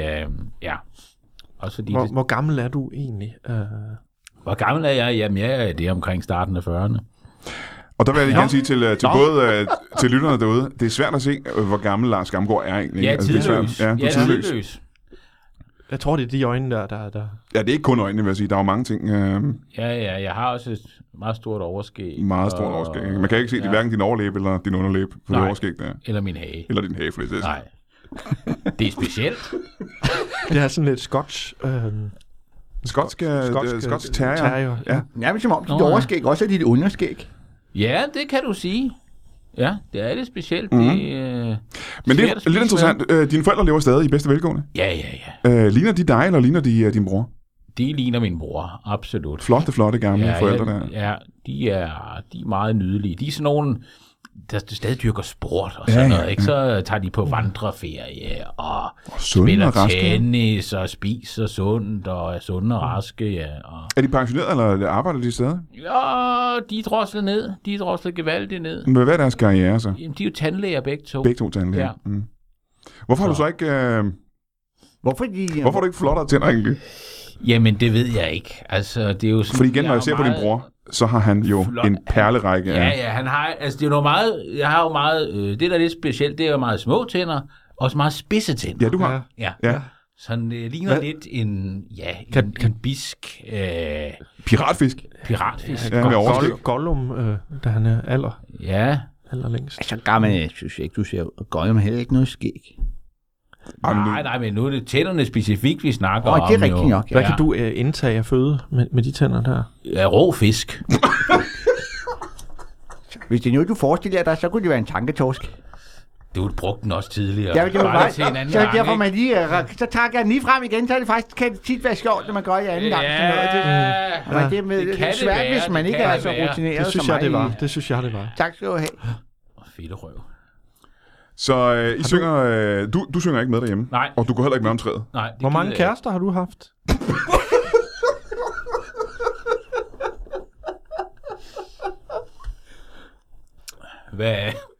Også fordi hvor gammel er du egentlig? Hvor gammel er jeg? Jamen, jeg er det omkring starten af 40'erne. Og der vil jeg gerne sige til både til lytterne derude, det er svært at se, hvor gammel Lars Gamgaard er egentlig. Ja, tidløs. Ja, du er tidløs. Jeg tror, det er de øjne, der... Ja, det er ikke kun øjnene, vil jeg sige. Der er jo mange ting. Ja, jeg har også et meget stort overskæg. Meget stort overskæg. Man kan ikke se det, hverken din overlæbe eller din underlæbe, for det overskæg der. Eller min hage. Eller din hage, for det. Nej. Det er specielt. Det er sådan lidt scotch... Skotsk terrier. Ja. Ja, men som om dit overskæg også er dit underskæg. Ja, det kan du sige. Ja, det er det specielt. Men det er lidt interessant. Dine forældre lever stadig i bedste velgående? Ja. Ligner de dig, eller ligner de din bror? De ligner min bror, absolut. Flotte gamle forældre der. Ja, de er meget nydelige. De er sådan nogle, der stadig dyrker sport og sådan noget, ikke? Så tager de på vandreferie og spiller tennis og spiser sundt og er sunde og raske, ja. Er de pensioneret, eller arbejder de stadig? Ja, de er droslet ned. De er droslet gevaldigt ned. Men hvad er deres karriere så? Jamen, de er jo tandlæger begge to. Begge to tandlæger? Ja. Hvorfor har du så ikke... Hvorfor har du ikke flottere tænder egentlig? Jamen, det ved jeg ikke. Altså, det er jo sådan... Fordi igen, når jeg ser på din bror, så har han jo en perlerække. Ja, han har... Altså, det er jo meget... Jeg har jo meget... det, der er lidt specielt, det er jo meget små tænder, og også meget spidse tænder. Ja, du har. Ja. Sådan det ligner lidt en... Ja, en bisk... Piratfisk. Ja, med overskæg. Gollum, da han er allerlængst. Altså, gammel, synes jeg ikke, du ser Gollum heller ikke noget skæg. Nej, men nu er det tænderne specifikt, vi snakker om. Det er rigtigt nok. Hvad kan du indtage af føde med de tænder der? Ja, rå fisk. Hvis det er noget, du forestiller dig, så kunne det være en tanketorsk. Du brugte den også tidligere. Ja, det var bare til en anden så gang, derfor man lige, så tager jeg den lige frem igen, så er det faktisk, kan det tit være sjovt, når man gør det anden gang. Men det er svært, hvis man ikke er så rutineret som mig. Det synes jeg, det var. Tak skal du have. Fedt røv. Så I synger, du synger ikke med derhjemme? Nej. Og du går heller ikke med om træet? Nej. Hvor mange kærester har du haft? Hvad?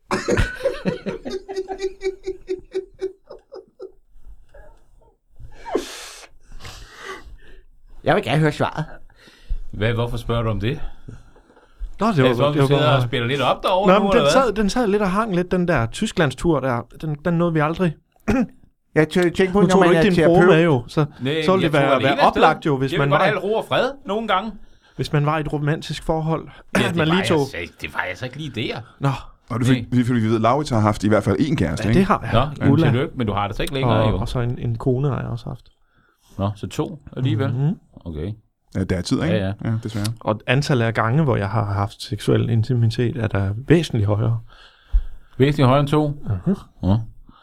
Jeg vil gerne høre svaret. Hvorfor spørger du om det? Nå, det var du sidder og spiller lidt op derovre nu, eller den sad lidt og hang lidt, den der Tysklandstur der. Den nåede vi aldrig. Jeg tænkte på, nu tog du ikke din bror med jo, så ville det være oplagt jo, hvis man var... Det vil godt have ro og fred nogle gange. Hvis man var i et romantisk forhold. Ja, det var altså ikke lige der. Nå. Og vi ved, Laurits har haft i hvert fald én kæreste, ikke? Det har jeg. Nå, tillykke, men du har det så ikke længere, jo. Og så en kone har jeg også haft. Nå, så 2 alligevel? Mm-hmm. Okay. Ja, det er tid, ikke? Ja, desværre. Og antallet af gange, hvor jeg har haft seksuel intimitet, er der væsentligt højere. Væsentligt højere end 2? Uh-huh.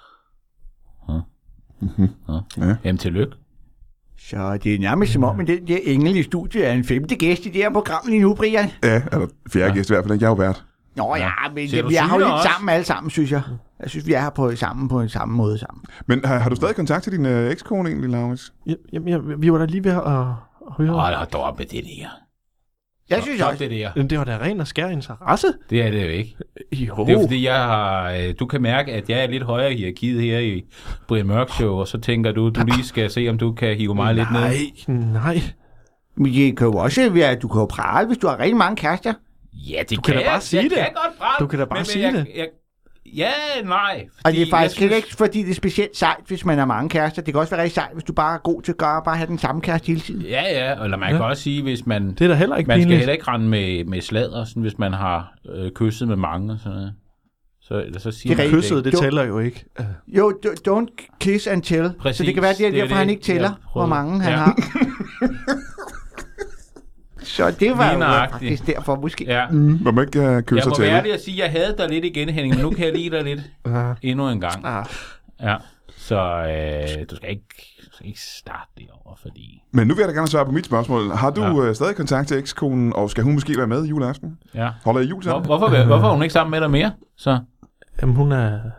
Ja. Jamen, tillykke. Så det er nærmest som om, at det engel i studiet er en 5. gæst i det her program lige nu, Brian. Ja, eller 4. gæst i hvert fald. Jeg er jo vært. Nå ja, men vi er jo lidt sammen alle sammen, synes jeg. Jeg synes, vi er her på samme måde sammen. Men har du stadig kontakt til din ekskone egentlig, Laurits? Vi var da lige ved at høre. Hold da op med det der. Jeg synes også. Det var da ren og skær interesse. Det er det jo ikke. Jo. Det er fordi, du kan mærke, at jeg er lidt højere i hierarkiet her i Brian Mørk Show, og så tænker du lige skal se, om du kan hive mig lidt ned. Nej. Men det kan jo også være, at du kan jo prale, hvis du har rigtig mange kærester. Ja, det du kan da bare sige det. Jeg kan godt prale. Du kan da bare sige det. Ja, nej. Og det er faktisk ikke, fordi det er specielt sejt, hvis man har mange kærester. Det kan også være rigtig sejt, hvis du bare er god til at bare have den samme kæreste hele tiden. Ja, eller man kan også sige, hvis man... Det er da heller ikke man pinligt. Skal heller ikke rende med sladder, sådan, hvis man har kysset med mange og sådan noget. Så siger man kysset, det tæller jo ikke. Jo, don't kiss and tell. Præcis, så det kan være, det er derfor, han ikke tæller, hvor mange han har. Så det var jo nøjagtigt. faktisk derfor måske. Ja. Må man ikke købe Jeg sig må til være det? ærlig at sige, at jeg havde dig lidt igen, Henning, men nu kan jeg lide dig lidt endnu en gang. Ja. Så du skal ikke starte det over, fordi... Men nu vil jeg da gerne svare på mit spørgsmål. Har du stadig kontakt til ekskonen, og skal hun måske være med juleaften? Ja. Holder I jul sammen? Hvorfor er hun ikke sammen med dig mere? Så? Jamen, hun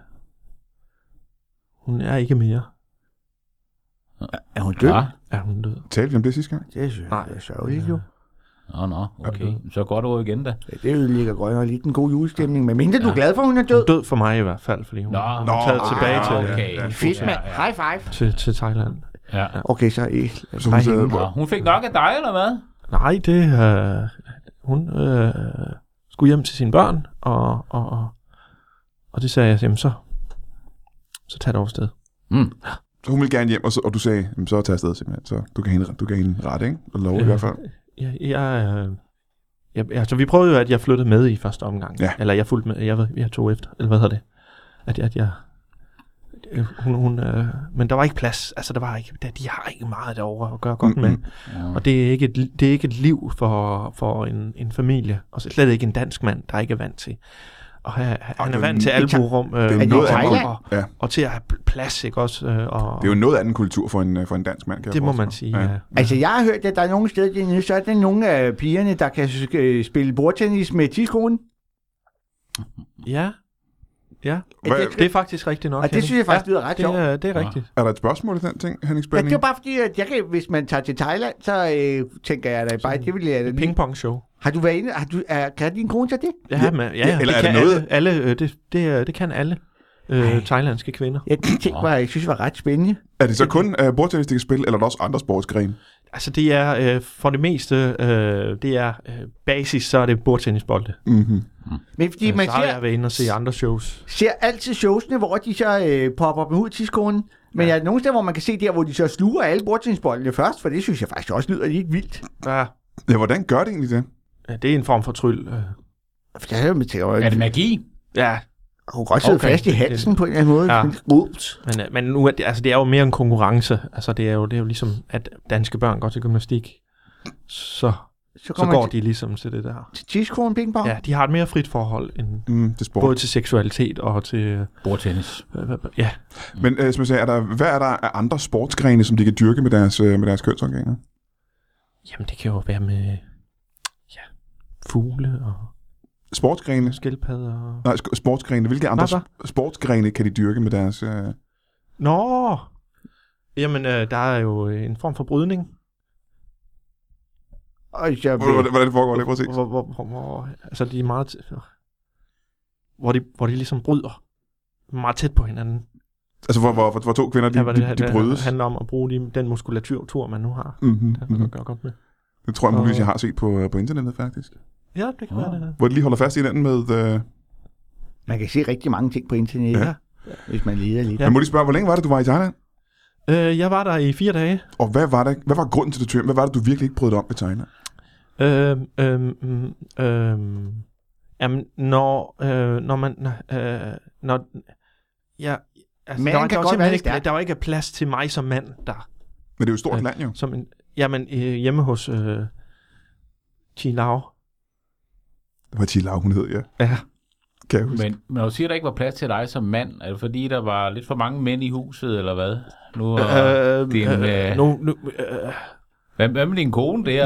er ikke mere. Er hun død? Ja. Er hun død? Talte vi om det sidste gang? Det synes jeg er sørgeligt jo. Nå, okay. Så godt ord igen da. Ja, det ligger grønner lidt en god julestemning. Men mindre du er glad for, at hun er død? Hun død for mig i hvert fald, fordi hun er taget tilbage okay. High five. til Thailand. Ja. Okay, så Hun fik nok af dig, eller hvad? Nej, hun skulle hjem til sine børn, og det sagde jeg, jamen så tag det over sted. Så hun ville gerne hjem, og du sagde, så tager jeg afsted simpelthen. Så du kan hende rette, ikke? Og love i hvert fald. Altså, vi prøvede jo, at jeg flyttede med i første omgang. Ja. Eller jeg fulgte med, jeg tog efter, eller hvad hedder det? At jeg... men der var ikke plads. Altså, de har ikke meget derovre at gøre godt med. Og det er ikke et liv for en familie. Og slet ikke en dansk mand, der ikke er vant til. Og han er vant til albuerum og til at have plads, ikke også? Det er jo noget anden kultur for en dansk mand, kan det må man sige, ja. Altså, jeg har hørt, at der er nogle steder dernede, så er der nogle af pigerne, der kan spille bordtennis med tidskonen. Ja. Det er faktisk rigtigt nok. Og det synes jeg faktisk lyder ret sjovt. Det er rigtigt. Er der et spørgsmål i den ting, Henning Ja, det er bare fordi, at hvis man tager til Thailand, så tænker jeg da bare, det vil jeg... Et pingpong-show. Har du været inde? Kan din kone tage det? Ja. Eller det er det noget? Det kan alle thailandske kvinder. Ja, de ting jeg synes var ret spændende. Er det så kun bordtennis, de kan spille, eller er der også andre sportsgrene? Altså, det er for det meste, det er basis, så er det bordtennisbolde. Men fordi man så har jeg været inde og se andre shows. Ser altid showsene, hvor de så popper dem ud til tidskonen. Men er der nogle steder, hvor man kan se der, hvor de så sluger alle bordtennisboldene først? For det synes jeg faktisk også lyder lidt vildt. Ja, hvordan gør det egentlig det? Ja, det er en form for tryl. Er det magi? Ja. Hun kan godt sidde fast i halsen på en eller anden måde. Ja. Men nu det er jo mere en konkurrence. Altså, det er jo ligesom, at danske børn går til gymnastik. Så går de ligesom til det der. Til tidskonen pingpong? Ja, de har et mere frit forhold end til sport. Både til seksualitet og til... Bordtennis. Ja. Men som jeg sagde, hvad er der af andre sportsgrene, som de kan dyrke med deres kønsorganer? Jamen, det kan jo være med fugle og... Sportsgrene? Skildpadder. Nej, sportsgrene. Hvilke andre sportsgrene kan de dyrke med deres... Nå! Jamen, der er jo en form for brydning. Hvordan foregår det? Præcis? Altså, de er meget... Hvor de ligesom bryder meget tæt på hinanden. Altså, hvor to kvinder, de brydes? Det handler om at bruge den muskulatur, man nu har. Der gør godt med. Det tror jeg muligvis, jeg har set på internettet, faktisk. Ja, det kan være det. Hvor de lige holder fast i hinanden med... Man kan se rigtig mange ting på internettet, hvis man leder lidt. Ja. Men må lige spørge, hvor længe var det, du var i Thailand? Jeg var der i 4 dage. Og hvad var grunden til det tøm? Hvad var det, du virkelig ikke brød dig om ved Thailand? Jamen, når man... ja, altså, der var ikke plads til mig som mand der. Men det er jo et stort land, jo. Jamen, hjemme hos Chi Lao. Det var Chi Lao, hun hed, ja. Ja. Men når du siger, der ikke var plads til dig som mand, er det fordi, der var lidt for mange mænd i huset, eller hvad? Hvad med din kone der?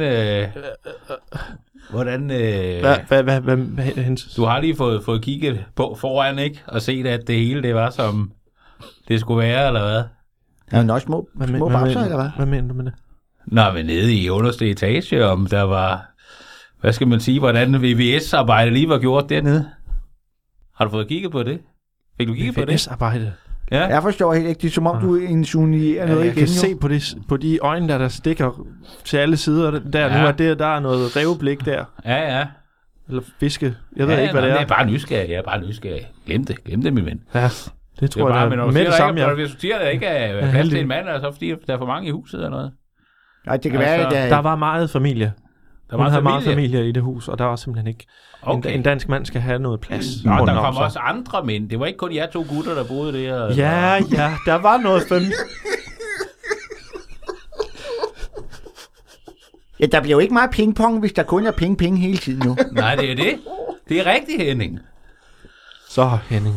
Hvordan du har lige fået kigget på foran, ikke? Og set, at det hele, det var som det skulle være, eller hvad? Ja, men også små babser, eller hvad? Hvad mener du med det? Nå, men nede i underste etage, om der var... Hvad skal man sige, hvordan VVS-arbejde lige var gjort dernede? Har du fået kigget på det? Fik du kigget på det? VVS-arbejde? Ja. Jeg forstår helt ikke. Det er som om, du insinuerer noget igen. Jeg kan se på de øjne, der stikker til alle sider. Der nu der er noget revblik der. Ja. Eller fiske. Jeg ved ikke, hvad det er. Jeg er bare nysgerrig. Glem det, min ven. Ja, det tror jeg, der er med det samme. Når du diskuterer, at der ikke er plads til en mand, altså fordi der er for mange i huset eller noget. Nej, det kan være, at der var meget familie. Hun havde meget familie i det hus, og der var simpelthen ikke... Okay. En dansk mand skal have noget plads. Nå, der kom også andre mænd. Det var ikke kun jer 2 gutter, der boede der. Ja, der var noget Ja, der bliver jo ikke meget pingpong, hvis der kun er ping hele tiden nu. Nej, det er det. Det er rigtigt, Henning. Så, Henning.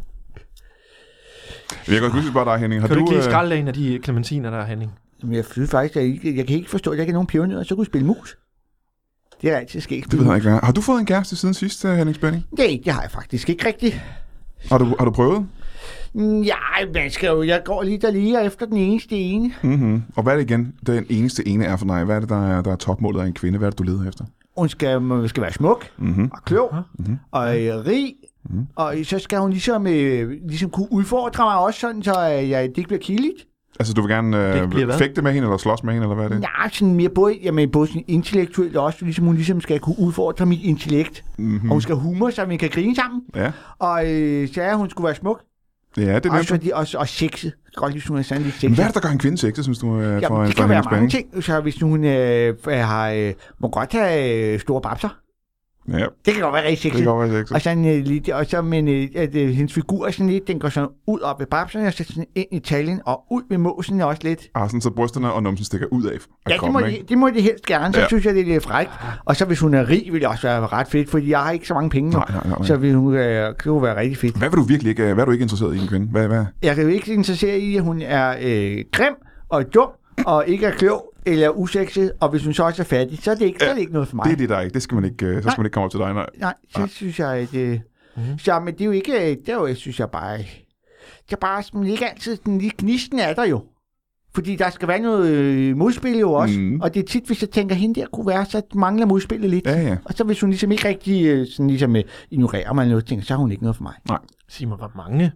Jeg kan godt huske bare dig, Henning. Kan du ikke lige skralde en af de klementiner, der er, Henning? Men jeg synes faktisk, at jeg kan ikke forstå, at jeg ikke er nogen pebernødder, så kunne spille mus. Det er altid sket. Det ved jeg ikke. Har du fået en kæreste siden sidst, Henning Spænding? Nej, det har jeg faktisk ikke rigtigt. Har du prøvet? Ja, jeg går lige der lige efter den eneste ene. Mm-hmm. Og hvad er det igen, den eneste ene er for dig? Hvad er det, der er topmålet af en kvinde? Hvad er det, du leder efter? Hun skal være smuk og klog og rig. Og så skal hun ligesom kunne udfordre mig også sådan, så det ikke bliver kedeligt. Altså, du vil gerne fægte med hende, eller slås med hende, eller hvad er det? Ja, sådan mere både sådan intellektuelt og også, ligesom hun ligesom skal kunne udfordre mit intellekt. Og hun skal humor, så vi kan grine sammen. Ja. Og så er hun skulle være smuk. Ja, det er nemt. Og sexet. Godt lige, hun er sådan lidt sexet. Men hvad er det, der gør en kvinde sexet, synes du? Det kan være mange ting. Så hvis hun må godt have store babser. Ja. Det kan godt være rigtig sexet. Og sådan lidt, og så hendes figur er sådan lidt, den går sådan ud op ved babserne, og så sådan ind i taljen, og ud med måsen også lidt. Sådan så brysterne og numsen stikker ud af. Ja, det må de helst gerne, så synes jeg, det er lidt frækt. Og så hvis hun er rig, vil det også være ret fedt, fordi jeg har ikke så mange penge nu. Nej. Så vil hun kunne være rigtig fedt. Hvad vil du virkelig ikke, hvad er du ikke interesseret i en kvinde? Hvad? Jeg er jo ikke interesseret i, at hun er grim og dum, og ikke er klog eller usekset, og hvis hun så også er fattig, så er det ikke noget for mig. Det er det der ikke. Det skal man ikke, så skal man ikke komme op til dig. Nej, så synes jeg, at så, men det er jo ikke, det er jo, synes jeg bare, det er bare sådan, ikke altid, den lige gnisten er der jo. Fordi der skal være noget modspil jo også, og det er tit, hvis jeg tænker, hende der kunne være, så mangler modspillet lidt. Ja. Og så hvis hun ligesom ikke rigtig sådan ligesom ignorerer mig noget, tænker, så har hun ikke noget for mig. Nej. Sig mig, hvor mange...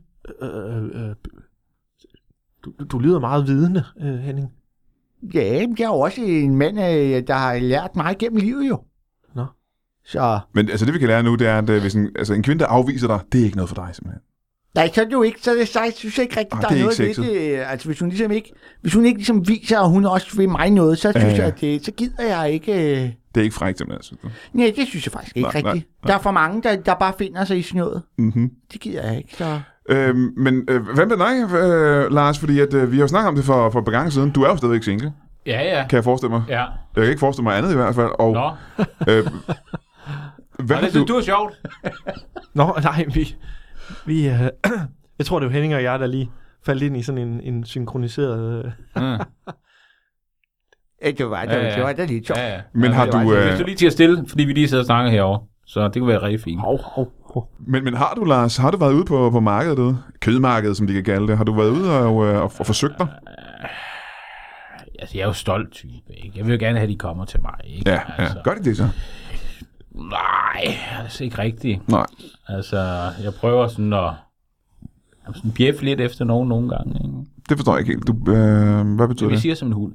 Du lyder meget vidende, Henning. Ja, jeg er jo også en mand, der har lært mig gennem livet jo. Nå. Så... Men altså det vi kan lære nu, det er, at hvis en kvinde, der afviser dig, det er ikke noget for dig simpelthen. Nej, så er det jo ikke, så synes jeg ikke rigtigt, der er noget ved det. Altså hvis hun ikke ligesom viser, at hun også vil mig noget, så synes jeg, at så gider jeg ikke... Det er ikke frækt simpelthen, synes du? Nej, det synes jeg faktisk ikke rigtigt. Nej. Der er for mange, der bare finder sig i sådan noget. Mm-hmm. Det gider jeg ikke, så... Men hvad med dig, Lars? Fordi at, vi har jo snakket om det for et par gange siden. Du er jo stadigvæk single. Ja. Kan jeg forestille mig? Ja. Jeg kan ikke forestille mig andet i hvert fald. Og, Nå. Hvad det synes du er sjovt? Nå, nej, vi jeg tror, det var Henning og jeg, der lige faldt ind i sådan en synkroniseret... Det var da lidt sjovt. Ja. Men har du... Hvis du lige til at stille, fordi vi lige sidder og snakker herovre, så det kunne være rigtig fint. Men har du, Lars, været ude på markedet derude? Kødmarkedet, som de kan kalde det. Har du været ude og forsøgt dig? Altså, jeg er jo stolt type, ikke? Jeg vil jo gerne have, at de kommer til mig, ikke? Ja. Gør de det så? Nej, altså ikke rigtigt. Nej. Altså, jeg prøver sådan at bjeffe lidt efter nogen nogle gange, ikke? Det forstår jeg ikke helt. Hvad betyder det? Vi siger som en hund.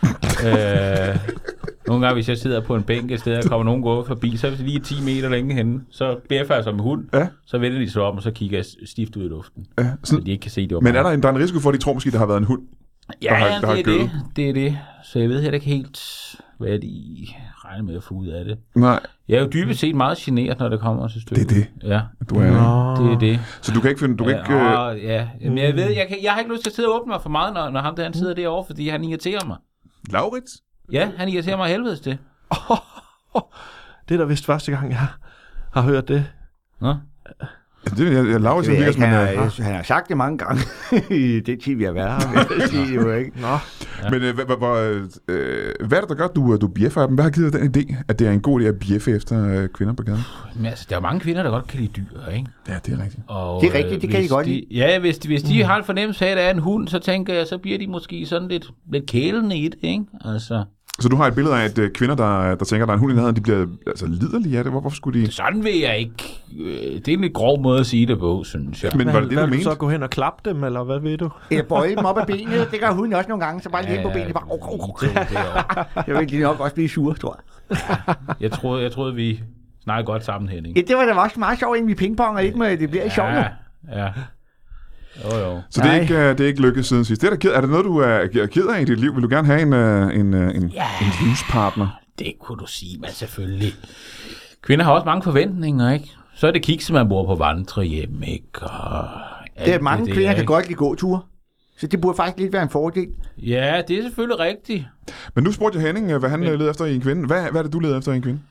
Nogle gange, hvis jeg sidder på en bænk et sted, og kommer nogen gå forbi, så er vi lige 10 meter længe henne, så bjeffer jeg som en hund, så vender de så om, og så kigger jeg stift ud i luften, så de ikke kan se det. Men er der en risiko for, at de tror måske, der har været en hund? Ja, det er det. Så jeg ved heller ikke helt, hvad de regner med at få ud af det. Nej. Jeg er jo dybest set meget generet, når det kommer til stykket. Det er det. Ja. Du er det er det. Så du kan ikke finde... Ja. Men jeg ved, jeg har ikke lyst til at sidde og åbne mig for meget, når ham der han sidder derovre, fordi han irriterer mig. Laurits? Ja, han irriterer mig helvedes det. Det er da vist første gang, jeg har hørt det. Nå? Jeg Laurits, han har sagt det mange gange i det tid, vi har været her. Jo ikke. Nå. Ja. Men hvad er det, der gør, at du bjeffer af dem? Hvad har givet den idé, at det er en god idé at bjeffe efter kvinder på gaden? Men altså, der er mange kvinder, der godt kan lide dyr, ikke? Ja, det er rigtigt. Og, det er rigtigt, det kan de godt lide. Ja, hvis de har en fornemmelse af, at der er en hund, så tænker jeg, så bliver de måske sådan lidt kælende i det, ikke? Altså... Så du har et billede af, at kvinder, der tænker, at der er en hund i nærheden, de bliver altså liderlige af det? Hvorfor skulle de... Sådan vil jeg ikke. Det er en lidt grov måde at sige det på, synes jeg. Men var det det, du mente? Så gå hen og klappe dem, eller hvad ved du? Eller bøje dem op af benet. Det gør hunden også nogle gange, så bare lige på benet. Jeg vil nok også blive sur, tror jeg. Jeg troede, vi snakkede godt sammen, Henning. Ja, det var da også meget sjovt, inden vi pingpong, og ikke med, det bliver sjovt nu. Ja. Jo. Så det er ikke lykkedes siden sidst. Er det noget, du er ked af i dit liv? Vil du gerne have en livspartner? Det kunne du sige, men selvfølgelig. Kvinder har også mange forventninger, ikke? Så er det kikset, man bor på vandrehjem, ikke? Og det er mange kvinder, kan godt lide gåture. Så det burde faktisk lidt være en fordel. Ja, det er selvfølgelig rigtigt. Men nu spurgte jeg Henning, hvad han leder efter i en kvinde. Hvad er det, du leder efter i en kvinde?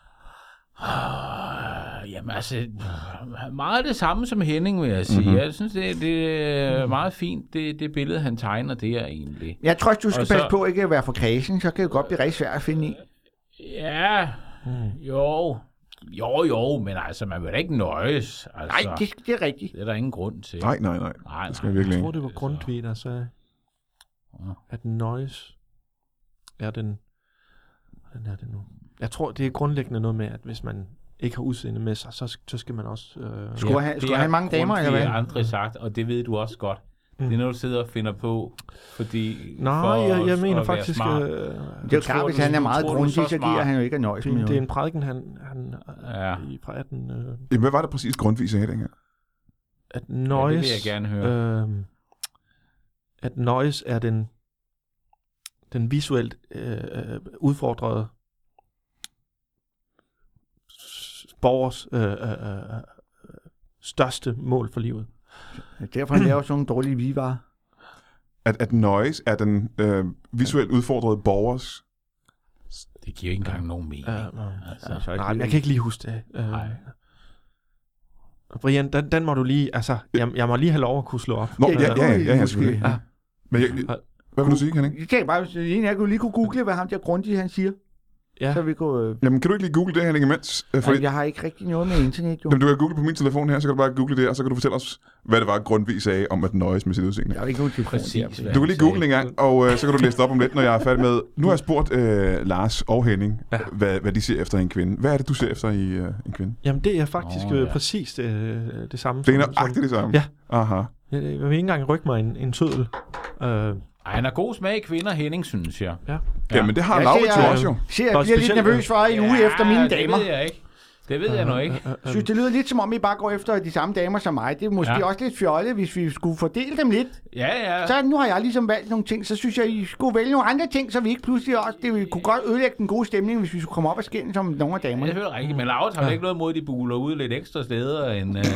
Jamen altså, meget det samme som Henning, vil jeg sige. Mm-hmm. Jeg synes, det er meget fint, det billede, han tegner der egentlig. Jeg tror, du skal passe på ikke at være for kredsen, så kan det godt blive rigtig svært at finde i. Ja, jo, men altså, man vil da ikke nøjes. Altså, nej, det er rigtigt. Det er der ingen grund til. Nej. Det skal jeg virkelig ikke. Jeg tror, det var Grundtvig, der sagde, at nøjes er den... Hvordan er det nu? Jeg tror, det er grundlæggende noget med, at hvis man ikke har udseende med sig, så skal man også... Skulle han mange damer, eller hvad? Det har aldrig sagt, og det ved du også godt. Det er noget, du sidder og finder på, fordi... Nej, jeg mener faktisk... det er jo klart, hvis han er meget grundig, så giver han jo ikke at nøjes med. Det er en prædiken, han i prædiken... Hvad var det præcis Grundtvig sagde her? At nøjes... det vil jeg gerne høre. At nøjes er den visuelt udfordrede borgers største mål for livet. Derfor han laver sådan nogle dårlige vivarer. At nøjes er den visuelt udfordrede borgers... Det giver ikke engang nogen mening. Nej, jeg kan ikke lige huske det. Brian, den må du lige... Altså, jeg må lige have lov at kunne slå op. Nå, ja, selvfølgelig. Ja. Men hvad vil du sige, Henning? Jeg tænker bare, jeg kunne lige google, hvad ham der Grundtvig han siger. Ja. Så vi kunne... Jamen, kan du ikke lige google det, Henning, imens? Fordi... Jeg har ikke rigtig noget med internet, jo. Jamen, du kan google på min telefon her, så kan du bare google det, og så kan du fortælle os, hvad det var, Grundtvig sagde om at nøjes med sit udseende. Jeg har ikke nogen telefon. Du kan lige google en gang, og så kan du læse det op om lidt, når jeg er færdig med... Nu har jeg spurgt Lars og Henning, hvad de ser efter i en kvinde. Hvad er det, du ser efter i en kvinde? Jamen, det er faktisk præcis det samme. Det er nøjagtigt det samme? Ja. Aha. Jeg vil ikke engang rykke mig en tødel. Han har god smag i kvinder, Henning, synes jeg. Ja. Jamen, det har Laurits jo også jo. Jeg bliver lidt nervøs for en uge efter mine damer. Det ved jeg ikke. Det ved jeg nu ikke. Jeg synes, det lyder lidt som om, I bare går efter de samme damer som mig. Det er måske også lidt fjollet, hvis vi skulle fordele dem lidt. Ja. Så nu har jeg ligesom valgt nogle ting, så synes jeg, I skulle vælge nogle andre ting, så vi ikke pludselig også... Det kunne godt ødelægge den gode stemning, hvis vi skulle komme op og skændes som nogle af damerne. Det hører rigtigt, men Laurits har ikke noget mod, de buler ud lidt ekstra steder,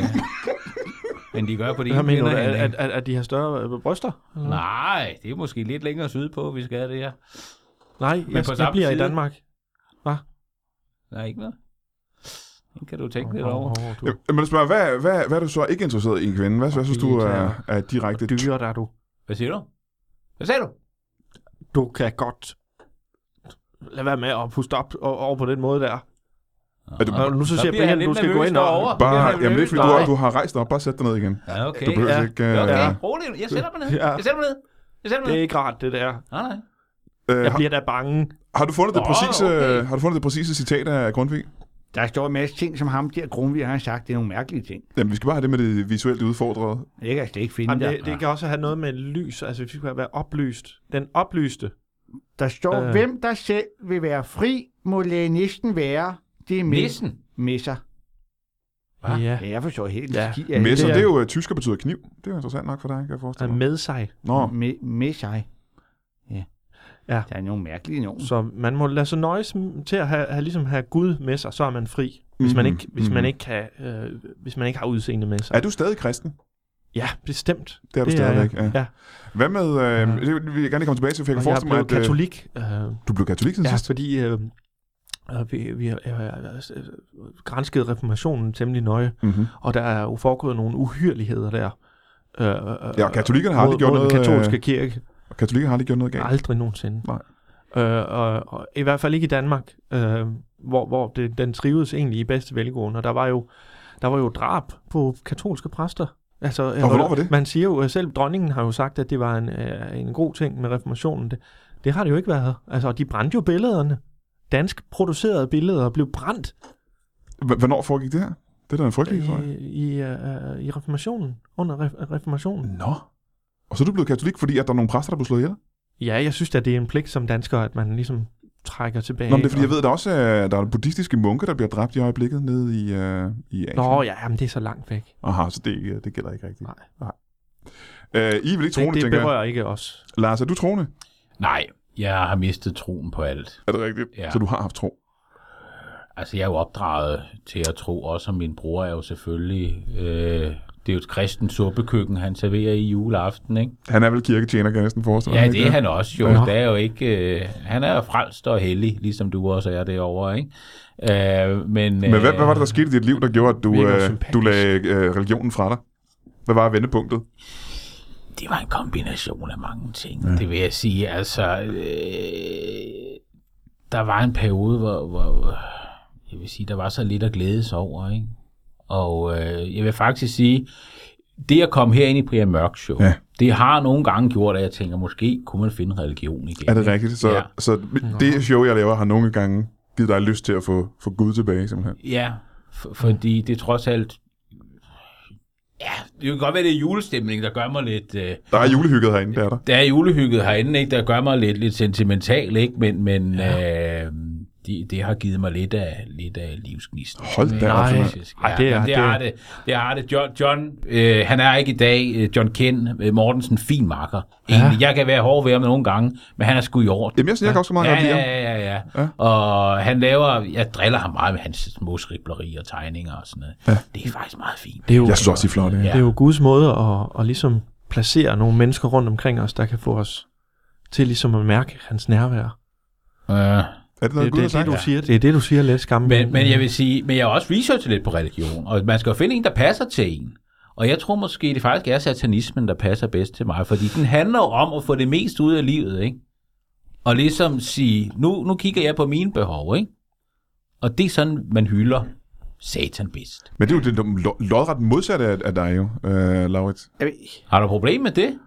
end de gør på de ene kvinder. At de har større bryster? Eller? Nej, det er måske lidt længere sydpå, vi skal have det her. Nej, jeg bliver i Danmark. Hvad? Nej, ikke noget. Det kan du tænke lidt over. Men spørger, hvad er du så ikke interesseret i en kvinde? Hvad synes du er direkte? Dyre, der er du. Hvad siger du? Hvad sagde du? Du kan godt lade være med at puste op over på den måde der. Nu så siger Brian, du skal gå ind over. Jamen det er fordi, du har rejst op. Bare sæt dig ned igen. Ja, okay. Du behøver ikke... Okay, roligt. Jeg sætter mig ned. Det er ikke rart, det der. Nej. Jeg bliver da bange. Har du fundet det præcise citat af Grundtvig? Der står en masse ting, som ham der Grundtvig har sagt. Det er nogle mærkelige ting. Jamen, vi skal bare have det med det visuelt udfordrede. Jeg kan slet ikke finde det kan også have noget med lys. Altså, vi skal være oplyst. Den oplyste. Der står, hvem der selv vil være fri, må lade næsten være. Det er Messen? Messer. Ja, jeg forstår helt. Ja. Messer, det er jo tysk og betyder kniv. Det er jo interessant nok for dig, kan jeg forestille mig. Med sig. Nå. Med sig. Ja. Der er nogle mærkelige nogen. Så man må lade sig nøjes til at have Gud med sig, så er man fri. Hvis man ikke har udseende med sig. Er du stadig kristen? Ja, bestemt. Det er du stadigvæk, ja. Hvad med, det vil jeg gerne komme tilbage til, for jeg kan forestille mig, at... Jeg blev katolik. Du blev katolik siden sidst? Ja, fordi vi har gransket reformationen temmelig nøje, og der er jo foregået nogle uhyrligheder der. Katolikkerne har aldrig gjort noget... den katolske kirke. Katolikker har aldrig gjort noget galt? Aldrig nogensinde. Nej. Og i hvert fald ikke i Danmark, hvor den trivedes egentlig i bedste velgående. Og der var jo drab på katolske præster. Altså, og hvornår var det? Man siger jo, selv dronningen har jo sagt, at det var en god ting med reformationen. Det har det jo ikke været. Altså, de brændte jo billederne. Dansk producerede billeder blev brændt. Hvornår foregik det her? Det er da en frygtelig historie. I reformationen. Under reformationen. Nå. Og så er du blevet katolik, fordi at der er nogle præster, der blev slået ihjel? Ja, jeg synes at det er en pligt som dansker, at man ligesom trækker tilbage. Nå, men det er fordi, jeg ved, at der også der er buddhistiske munke, der bliver dræbt i øjeblikket nede i Asien. Nå ja, men det er så langt væk. Aha, så det gælder ikke rigtigt. Nej. I er vel ikke troende, det berører ikke os. Lars, er du troende? Nej, jeg har mistet troen på alt. Er det rigtigt? Ja. Så du har haft tro? Altså, jeg er jo opdraget til at tro, også og min bror er jo selvfølgelig Det er jo et kristent suppekøkken, han serverer i juleaften, ikke? Han er vel kirketjener, kan jeg næsten forestille. Ja, det er han også jo. Det er jo ikke, han er frelst og hellig, ligesom du også er derovre, ikke? Men hvad var det, der skete i dit liv, der gjorde, at du lagde religionen fra dig? Hvad var vendepunktet? Det var en kombination af mange ting, det vil jeg sige. Altså, der var en periode, hvor jeg vil sige, der var så lidt at glædes over, ikke? Og jeg vil faktisk sige, det at komme herind i Brian Mørk Show, det har nogle gange gjort, at jeg tænker, måske kunne man finde religion igen. Er det rigtigt? Så det show, jeg laver, har nogle gange givet dig lyst til at få Gud tilbage, simpelthen? Ja, fordi det trods alt... Ja, det kan godt være, det er julestemning, der gør mig lidt... Der er julehygget herinde, det er der. Der er julehygget herinde, ikke? Der gør mig lidt sentimental, ikke? Men det har givet mig lidt af livsgnisten. Hold da op. Det har det. John, han er ikke i dag. John Ken Mortensen, fin makker. Egentlig, jeg kan være hård ved ham nogle gange, men han er sgu i orden. Jamen, jeg synes, jeg kan også så meget ja. Og han laver... Jeg driller ham meget med hans små skriblerier og tegninger og sådan noget. Ja. Det er faktisk meget fint. Det er jo, jeg synes også, det er flot. Det er jo Guds måde at ligesom placere nogle mennesker rundt omkring os, der kan få os til ligesom at mærke hans nærvær. Er det noget Gud, det, du siger? Det er det, du siger lidt skamme. Men jeg vil sige, men jeg har også researchet lidt på religion, og man skal jo finde en, der passer til en. Og jeg tror måske, det faktisk er satanismen, der passer bedst til mig, fordi den handler jo om at få det mest ud af livet, ikke? Og ligesom sige, nu kigger jeg på mine behov, ikke? Og det er sådan, man hylder Satan bedst. Men det er jo det lodret modsatte af dig jo, Laurits. Har du problem med det?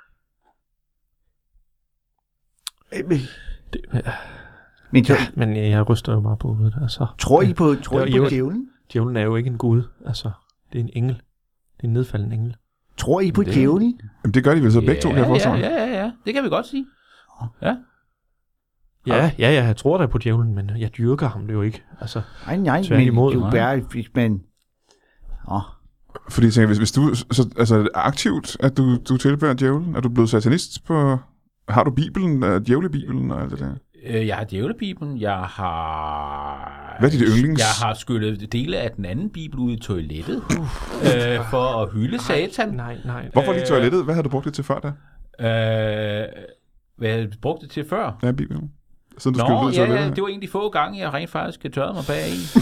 Men jeg ryster jo bare på hovedet. Altså. Tror I på djævlen? Djævlen er jo ikke en gud. Altså, det er en engel. Det er en nedfaldende engel. Tror I på djævlen? Jamen, det gør de vel så begge to, kan jeg forstå. Ja. Det kan vi godt sige. Ja. Ja, jeg tror da på djævlen, men jeg dyrker ham det jo ikke. Altså, nej, men du bærer, hvis man... Fordi jeg tænker, hvis du altså aktivt, at du tilbærer djævlen, er du blevet satanist på... Har du Bibelen, djævlebibelen og alt det der? Jeg har djævlebibelen, jeg har... Hvad er dit yndlings? Jeg har skyllet dele af den anden bibel ud i toilettet, for at hylde Satan. Nej. Hvorfor lige toilettet? Hvad har du brugt det til før da? Hvad har du brugt det til før? Ja, Bibelen. Siden du skyldte ud i toilettet? Det var egentlig få gange, jeg rent faktisk tørrede mig bag i.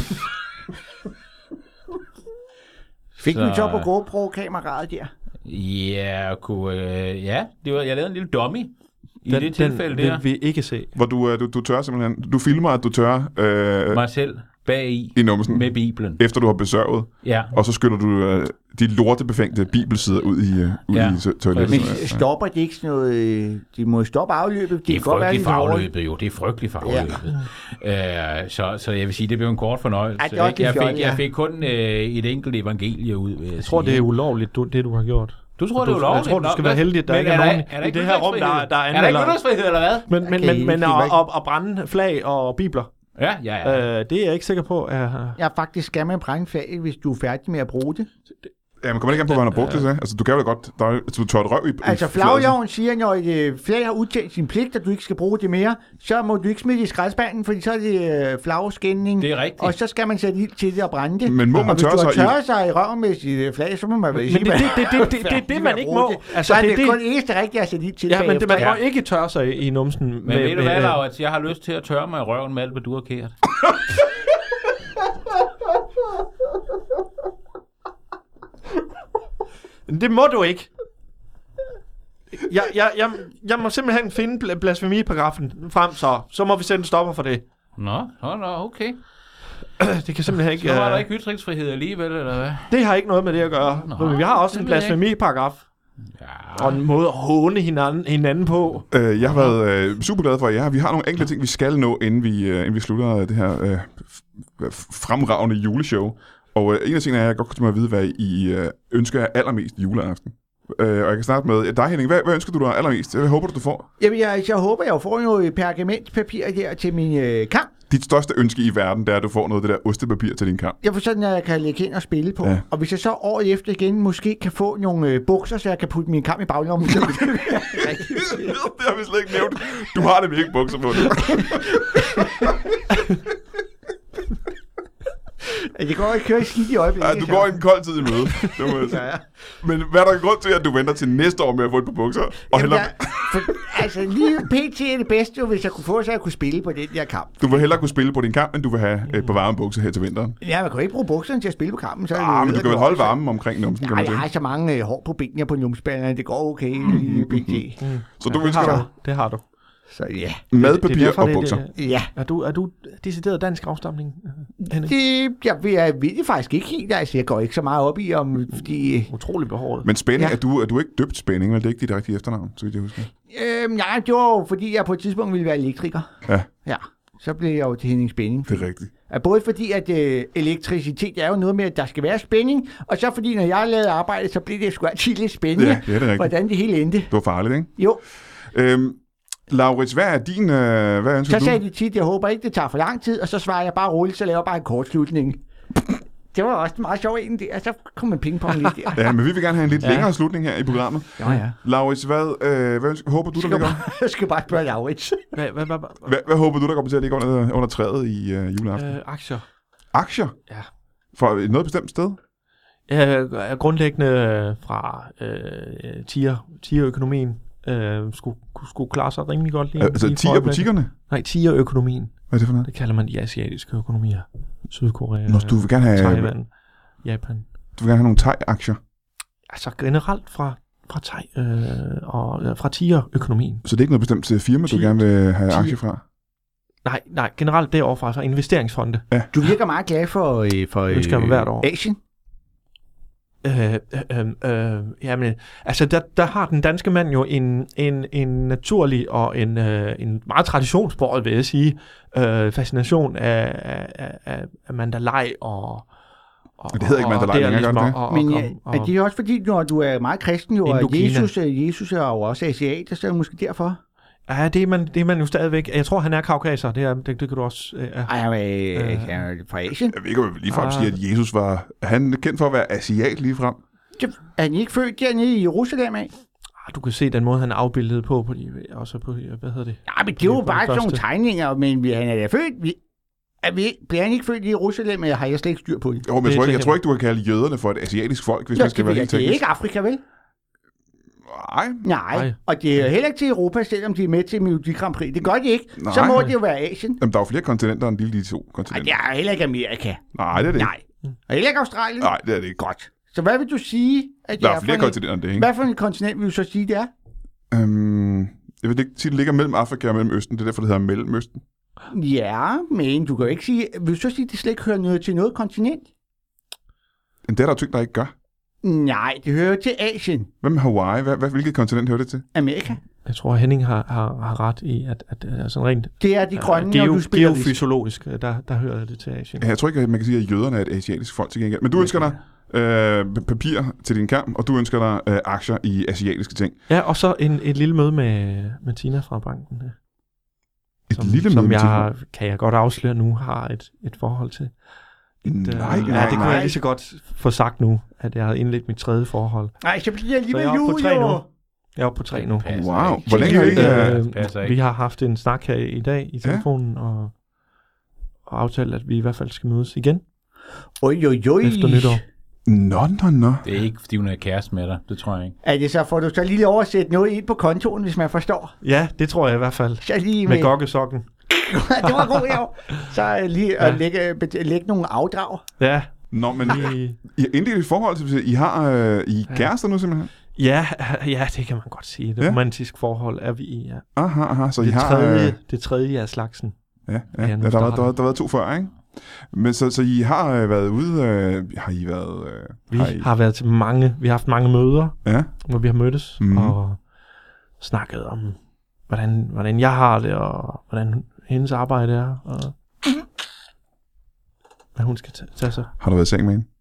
Fik du så på GoPro-kameraet der? Ja, jeg lavede en lille dummy. I det tilfælde der. Den vil ikke se. Hvor du tør simpelthen... Du filmer, at du tør... mig selv bag i numsen, med Bibelen. Efter du har besørget. Ja. Og så skyller du de lortebefængte bibelsider ud i toilettet. Men stopper det ikke sådan noget... De må stoppe afløbet. Det er frygteligt for afløbet, jo. Det er frygteligt for afløbet. Så jeg vil sige, det blev en kort fornøjelse. Jeg fik kun et enkelt evangelie ud. Jeg tror, det er ulovligt, det du har gjort. Du tror, det er ulovligt? Jeg tror, du skal være heldig, at der ikke er nogen i det her rum, der er der ikke ytringsfrihed, eller hvad? Men at brænde flag og bibler, ja. Det er jeg ikke sikker på. Ja, faktisk skal man brænde flag, hvis du er færdig med at bruge det. Ja, men kommer ikke an på, hvad han har brugt det til? Altså, du kan jo da godt... Du tør et røv i... Altså, flagloven siger, når et flag har udtjent sin pligt, at du ikke skal bruge det mere, så må du ikke smide det i skraldespanden, fordi så er det flagskænding. Det er rigtigt. Og så skal man sætte ild til det og brænde det. Men må man tørre sig i... Hvis du har tørret sig i røven med sit flag, så må man vel sige... Men det er det, man ikke må. Altså, så er det kun eneste rigtige at sætte ild til. Ja, men man må ikke tørre sig i numsen. Men ved du hvad, Laurits? Jeg har lyst til at tørre mig i røven med alt, hvad du har kært. Det må du ikke. Jeg må simpelthen finde blasfemiparagrafen frem, så må vi sætte en stopper for det. Nå, okay. Det kan simpelthen ikke... Så var der ikke ytringsfrihed alligevel, eller hvad? Det har ikke noget med det at gøre. Men vi har også en blasfemiparagraf. Ja. Og en måde at håne hinanden på. Jeg har været super glad for, at vi har nogle enkelte ting, vi skal nå, inden vi slutter det her fremragende juleshow. Og en af tingene er, at jeg godt kunne tænke mig at vide, hvad I ønsker jer allermest juleaften. Og jeg kan starte med dig, Henning. Hvad ønsker du dig allermest? Hvad håber du får? Jamen, jeg håber, jeg får noget pergamentpapir her til min kamp. Dit største ønske i verden, det er, at du får noget af det der ostepapir til din kamp. Jeg får sådan, at jeg kan lægge ind og spille på. Ja. Og hvis jeg så året efter igen måske kan få nogle bukser, så jeg kan putte min kamp i baglommen. Det har vi slet ikke nævnt. Du har det ikke bukser på det. Det går ikke køre skidt i øjeblikket. Ja, du går i en kold tid i møde. Det må jeg sige. Men hvad er der grund til, at du venter til næste år med at få et par bukser? Altså, lige pt. er det bedste, hvis jeg kunne få, så jeg kunne spille på den der kamp. Du vil hellere kunne spille på din kamp, end du vil have et par varme bukser her til vinteren. Ja, man kan ikke bruge bukserne til at spille på kampen. Så men du kan vel holde varmen omkring numsen, kan man sige. Jeg har så mange hår på benene på numsballerne. Det går okay lige pt. Så du ønsker dig? Det har du. Så ja. Madpapir og bukser. Ja. Er du decideret dansk afstamning? Jeg ved det faktisk ikke helt. Altså, jeg går ikke så meget op i, fordi... Utrolig behåret. Men Spænding, er du ikke døbt Spænding, vel? Det er ikke dit rigtige efternavn, så vidt jeg husker. Nej, det var jo, fordi jeg på et tidspunkt ville være elektriker. Ja. Så blev jeg jo til Henning Spænding. Det er rigtigt. Både fordi, at elektricitet er jo noget med, at der skal være spænding, og så fordi, når jeg lavede arbejde, så blev det sgu altid lidt spændende, ja, det er rigtigt. Hvordan det hele endte. Det var farligt, ikke? Jo. Laurits, hvad er din... hvad ønsker du? Så sagde de tit, jeg håber ikke, det tager for lang tid, og så svarer jeg bare roligt, så laver jeg bare en kortslutning. Det var også en meget sjov en der, så kom man pingpong lidt der. Ja, men vi vil gerne have en lidt længere slutning her i programmet. Ja. Laurits, hvad håber du, der ligger? Jeg skal bare spørge Laurits. Hvad håber du, der kommer til at ligge under træet i juleaften? Aktier. Aktier? Ja. For noget bestemt sted? Grundlæggende fra tigerøkonomien skulle klare sig rimelig godt lige. Altså tigerbutikkerne? Nej, tigerøkonomien. Hvad er det for noget? Det kalder man de asiatiske økonomier. Sydkorea, du vil gerne have, Taiwan, Japan. Du vil gerne have nogle thai-aktier? Altså generelt fra thai og fra tigerøkonomien. Så det er ikke noget bestemt firma, du gerne vil have aktier fra? Nej, generelt deroverfra, så investeringsfonde. Ja. Du virker meget glad for ønsker hvert år. Asien. Jamen, altså der har den danske mand jo en naturlig og en meget traditionsbåret, vil jeg sige, fascination af mandalay og det hedder ikke mandalay længere, gør det? Men det er også fordi, når du er meget kristen, jo, og Jesus er jo også asiat, så er det måske derfor. Ja, det er man jo stadigvæk. Jeg tror, han er kaukaser. Det kan du også... fra Asien. Jeg ved ikke, om jeg ligefrem siger, at Jesus var... Han kendt for at være asiat ligefrem. Er han ikke født dernede i Jerusalem af? Du kan se den måde, han er afbildet på også på, hvad hedder det? Ja, men det er jo bare sådan nogle tegninger, men han er da født... Bliver han ikke født i Jerusalem, eller har jeg slet ikke styr på det? Jo, men jeg tror ikke, du kan kalde jøderne for et asiatisk folk, hvis man skal være helt teknisk. Det er ikke Afrika, vel? Nej, og det er heller ikke til Europa, selvom de er med til Melodi Grand Prix. Det gør de ikke. Nej. Så må det jo være Asien. Jamen, der er jo flere kontinenter end de to kontinenter. Nej, det er heller ikke Amerika. Nej, det er det ikke. Nej. Og heller ikke Australien. Nej, det er det ikke. Godt. Så hvad vil du sige, at der er flere kontinenter end det, ikke? Hvad for en kontinent vil du så sige, det er? Jeg vil ikke sige, det ligger mellem Afrika og Mellemøsten. Det er derfor, det hedder Mellemøsten. Ja, men du kan jo ikke sige... Vil du så sige, at det slet ikke hører noget til noget kontinent? Men det er der jo ting, der ikke gør. Nej, det hører til Asien. Hvad med Hawaii? Hvilket kontinent hører det til? Amerika. Jeg tror, Henning har ret i, at sådan rent... Det er de grønne, når du spiller geofysiologisk, der hører det til Asien. Jeg tror ikke, at man kan sige, at jøderne er et asiatisk folk til gengæld. Men du ønsker dig papir til din kamp, og du ønsker dig aktier i asiatiske ting. Ja, og så et lille møde med Tina fra banken. Et lille møde med Tina? Kan jeg godt afsløre nu, har et forhold til. Nej, det kunne jeg lige så godt få sagt nu, at jeg har indledt mit tredje forhold. Nej, så bliver jeg lige med jul, jo. Jeg er oppe på 3 nu. Wow. Hvor længe har I... Vi har haft en snak her i dag i telefonen, og aftalt, at vi i hvert fald skal mødes igen. Efter nytår. Nå. Det er ikke, fordi hun er kæreste med dig. Det tror jeg ikke. Er det så, får du så lige oversætte noget ind på kontoen, hvis man forstår? Ja, det tror jeg i hvert fald. Så lige med gokkesokken. Det var god, jo. Så lige at lægge nogle afdrag. Ja. Nå, men I har indledt et forhold til, I har kærester nu simpelthen? Ja, det kan man godt sige. Det romantisk forhold er vi i, ja. Aha, så I har... Det tredje af slagsen. Ja, der har været 2 før, ikke? Men så I har været ude... har I været... Vi har været til mange... Vi har haft mange møder, hvor vi har mødtes og snakket om, hvordan jeg har det, og hvordan hendes arbejde er, og hvad hun skal tage sig. Har du været i seng med hende?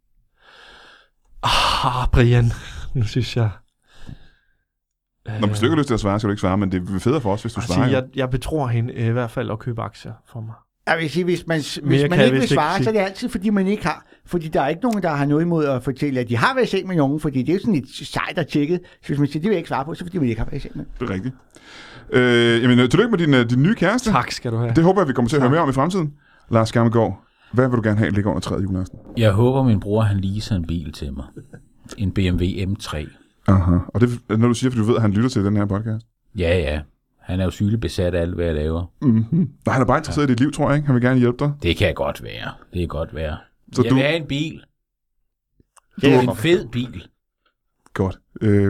Brian, nu synes jeg... Når hvis du ikke har lyst til at svare, skal du ikke svare, men det er federe for os, hvis du svarer. Jeg betror hende i hvert fald at købe aktier for mig. Jeg vil sige, hvis man ikke vil svare, så er det altid, fordi man ikke har. Fordi der er ikke nogen, der har noget imod at fortælle, at de har været i seng med nogen, fordi det er jo sådan et sejt at tjekke. Så hvis man siger, det vil jeg ikke svare på, så fordi man ikke har været i seng med. Det er rigtigt. Jamen, tillykke med din nye kæreste. Tak skal du have. Det håber jeg, vi kommer til at høre mere om i fremtiden. Lars Gammelgaard, Hvad vil du gerne have, ligger under træet juleaften? Jeg håber, min bror han leaser en bil til mig. En BMW M3. Aha. Og det, når du siger, for du ved, at han lytter til den her podcast? Ja. Han er jo sygeligt besat af alt, hvad jeg laver. Mm-hmm. Nej, han er bare interesseret i dit liv, tror jeg, ikke? Han vil gerne hjælpe dig. Det kan godt være. Så jeg vil have en bil. Det er en fed bil. Godt.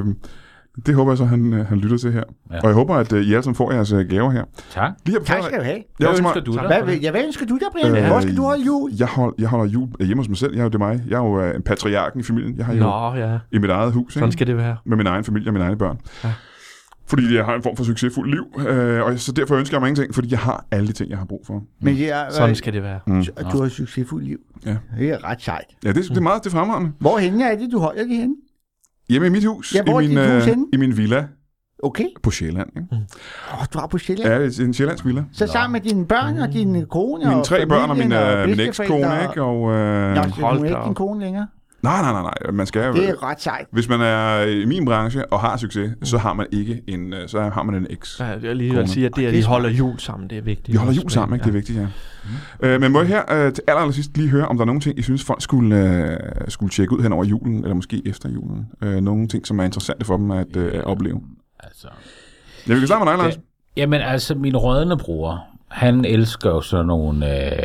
Det håber jeg så, han lytter til her. Ja. Og jeg håber, at I alle sammen får jeres gaver her. Tak. Tak skal du have. Hvad ønsker du dig? Hvad ønsker du der, Brian? Hvor skal du holde jul? Jeg holder jul hjemme hos mig selv. Jeg er jo en patriarken i familien. Jeg har jo i mit eget hus. Sådan skal det være. Med min egen familie og mine egne børn. Ja. Fordi jeg har en form for succesfuld liv. Og så derfor ønsker jeg mig ingenting, fordi jeg har alle de ting, jeg har brug for. Men sådan skal det være. Du har et succesfuldt liv. Ja. Det er ret sejt. Ja, det er meget det fremragende. Hvor henne er det, du holder det henne? Hjemme i mit hus. Ja, hvor er dit hus henne? I min villa. Okay. På Sjælland, ikke? Du er på Sjælland? Ja, det er en sjællandsk villa. Så sammen med dine børn og din kone mine og 3 børn og min ekskone, ikke? Og, hun er ikke din kone længere? Nej. Man skal, det er ret sejt. Hvis man er i min branche og har succes, så har man ikke så har man en eks. Ja, jeg lige vil sige, at det, at de holder jul sammen, det er vigtigt. Vi holder jul sammen, ikke? Det er vigtigt, ja. Men må jeg her til allersidst lige høre, om der er nogle ting, I synes, folk skulle tjekke ud hen over julen, eller måske efter julen. Nogle ting, som er interessante for dem at opleve. Altså... Ja, vi kan starte med dig, Lars. Jamen, altså, min rødne bror, han elsker jo sådan nogle,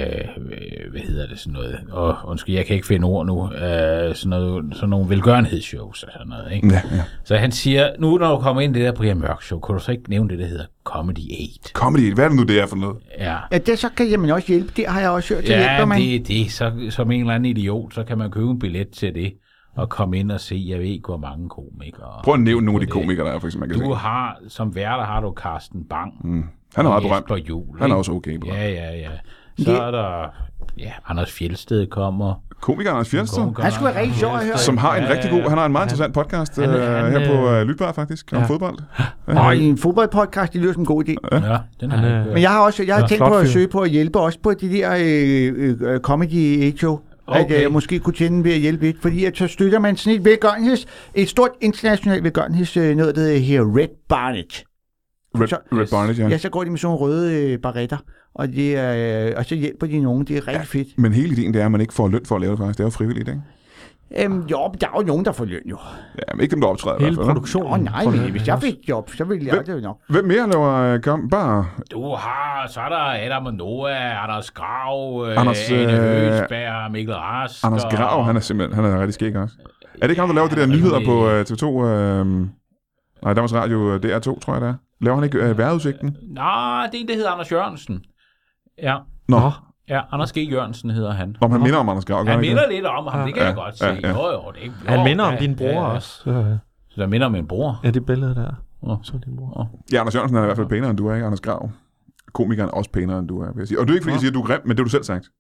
hvad hedder det, sådan noget, undskyld, jeg kan ikke finde ord nu, sådan nogle velgørenhedsshows og sådan noget, ikke? Ja. Så han siger, nu når du kommer ind i det der Brian Mørk Show, kunne du så ikke nævne det, der hedder Comedy 8? Comedy 8, hvad er det nu, det er for noget? Ja, det så kan man også hjælpe, det har jeg også hørt til hjælper man. Det så som en eller anden idiot, så kan man købe en billet til det, og komme ind og se, jeg ved ikke, hvor mange komikere. Prøv at nævne nogle af de komikere, der er, for eksempel. Du har, som værter har du Carsten Bang. Han er meget berømt. Han er også okay berømt. Ja. Så er der, Anders Fjeldsted kommer. Komiker Anders Fjeldsted. Han skulle være rigtig sjov at høre. Som har en rigtig god, han har en meget interessant podcast her på Lytbar faktisk, om fodbold. Og en fodboldpodcast, det lyder som en god idé. Ja, den har men jeg har tænkt på at søge på at hjælpe også på de der Comedy 8-show. Okay. At jeg måske kunne tjene ved at hjælpe lidt, fordi at så støtter man sådan et stort internationalt velgørenhedsnød, der hedder Red Barnet. Red Barnet, ja. Ja, så går de med sådan røde barretter, og så hjælper de nogen. Det er rigtig fedt. Men hele ideen, det er, at man ikke får løn for at lave det faktisk. Det er jo frivilligt, ikke? Jo, der er jo nogen, der får løn, jo. Ja, men ikke dem, der optræder. Hele produktionen. Nej, men hvis jeg fik job, så ville jeg det jo nok. Hvem mere laver bare? Du har, så er der Adam og Noah, Anders Grav, Anders, Ane Høgsberg, Mikkel Rask. Anders Grav, han er rigtig skæg også. Er det ikke ham, der laver det der nyheder på TV2? Nej, Danmarks Radio DR2, tror jeg det er. Laver han ikke vejrudsigten? Nej, det er en, der hedder Anders Jørgensen. Ja. Nå. Ja, Anders G. Jørgensen hedder han. Om han minder om Anders Grav. Han minder lidt om ham, det kan jeg godt se. Jo, det er ikke. Han minder om din bror også. Så der minder om min bror? Ja, det billede der. Så din bror. Ja, Anders Jørgensen er i hvert fald pænere, end du er, ikke? Anders Grav. Komikeren er også pænere, end du er, vil jeg sige. Og det er ikke, fordi jeg siger, at du er grim, men det har du selv sagt.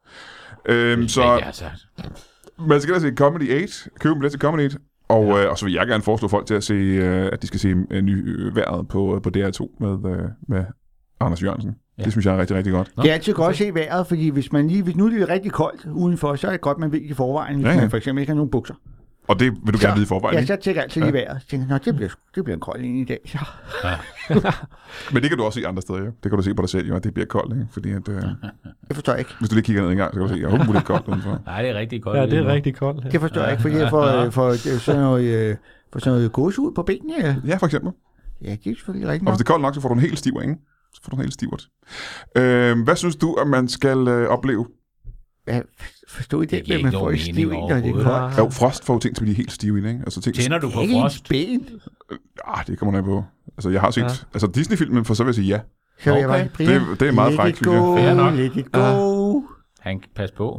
Så man skal da se Comedy 8. Køb en billet til Comedy 8. Og så vil jeg gerne foreslå folk til at se, at de skal se vejret på DR2 med Anders Jørgensen. Ja. Det synes jeg er rigtig, rigtig godt. Det er altid godt at se vejret, fordi hvis nu det er rigtig koldt udenfor, så er det godt, man ved i forvejen, hvis man for eksempel ikke har nogen bukser. Og det vil du gerne vide i forvejen, ikke? Ja, så tjekker altid i vejret. Så tænker det bliver en kold en i dag. Så. Ja. Men det kan du også se andre steder, jo. Det kan du se på dig selv, jo, at det bliver koldt, ikke? Fordi at... Det forstår jeg ikke. Hvis du lige kigger ned en gang, så kan du se, jeg håber, det er koldt udenfor. Nej, det er rigtig koldt. Ja, det er rigtig koldt. Ja. Det forstår jeg ikke, fordi jeg får sådan noget gåsehud på benene. Ja, for eksempel. Ja, det er selvfølgelig rigtigt. Og hvis det er koldt nok, så får du en helt stiv, ikke? Så får du en helt stivt. Hvad synes du, at man skal opleve? Ja, forstår I det, at man får i stiv i, når det er koldt? Jo, frost får ting til at blive helt stive i, ikke? Altså, tænder du på frost? Ben? Det kommer nok på. Altså, jeg har set... Altså, Disney-filmen, for så vil jeg sige ja. Så jeg bare, det er meget frækt, synes jeg. Let it go. Han kan passe på.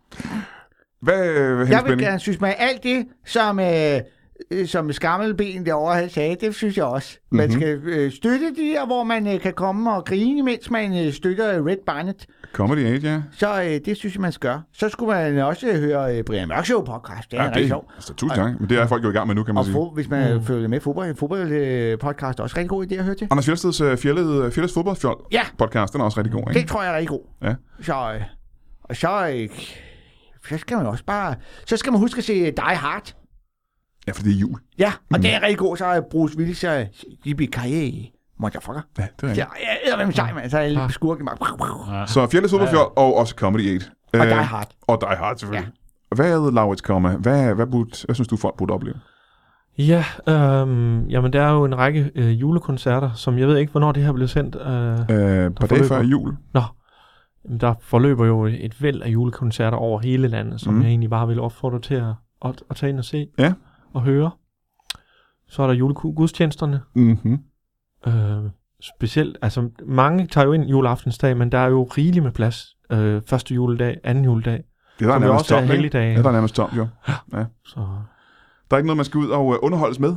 Jeg vil gerne synes med alt det, som Skammelben derovre havde sagt, det synes jeg også. Man skal støtte de der, hvor man kan komme og grine, mens man støtter Red Barnet. Comedy 8, ja. Så det synes jeg, man skal gøre. Så skulle man også høre Brian Mørk Show podcast. Det er rigtig sjovt. Altså, tusind gange. Men det er folk jo i gang med nu, kan man sige. Og hvis man følger med fodbold podcast, er også rigtig god idé at høre til. Anders Fjeldsteds Fjeldes fodboldfjold podcast, den er også rigtig god, ikke? Det tror jeg er rigtig god. Ja. Så skal man også bare... Så skal man huske at se Die Hard. Ja, for det er jul. Ja, og det er rigtig god, så er Bruce Willis og Yippee-ki-yay, motherfucker. Ja, det er rigtigt. Ja, jeg er med sej, mand. Så er jeg lidt skurken bare. Så Fjeldes fodboldfjold og også Comedy 8. Og Die Hard. Og Die Hard, selvfølgelig. Ja. Hvad, Laurits Komma? Hvad synes du, folk burde opleve? Ja, jamen der er jo en række julekoncerter, som jeg ved ikke, hvornår det her blev sendt. Par dage før jul. Nå, der forløber jo et væld af julekoncerter over hele landet, som jeg egentlig bare vil opfordre til at tage ind og se og høre. Så er der julegudstjenesterne. Specielt, altså mange tager jo ind juleaftensdag, men der er jo rigeligt med plads. Første juledag, anden juledag. Det er der nærmest tom, ikke? Det er der nærmest tom, jo. Ja. Så. Der er ikke noget, man skal ud og underholdes med?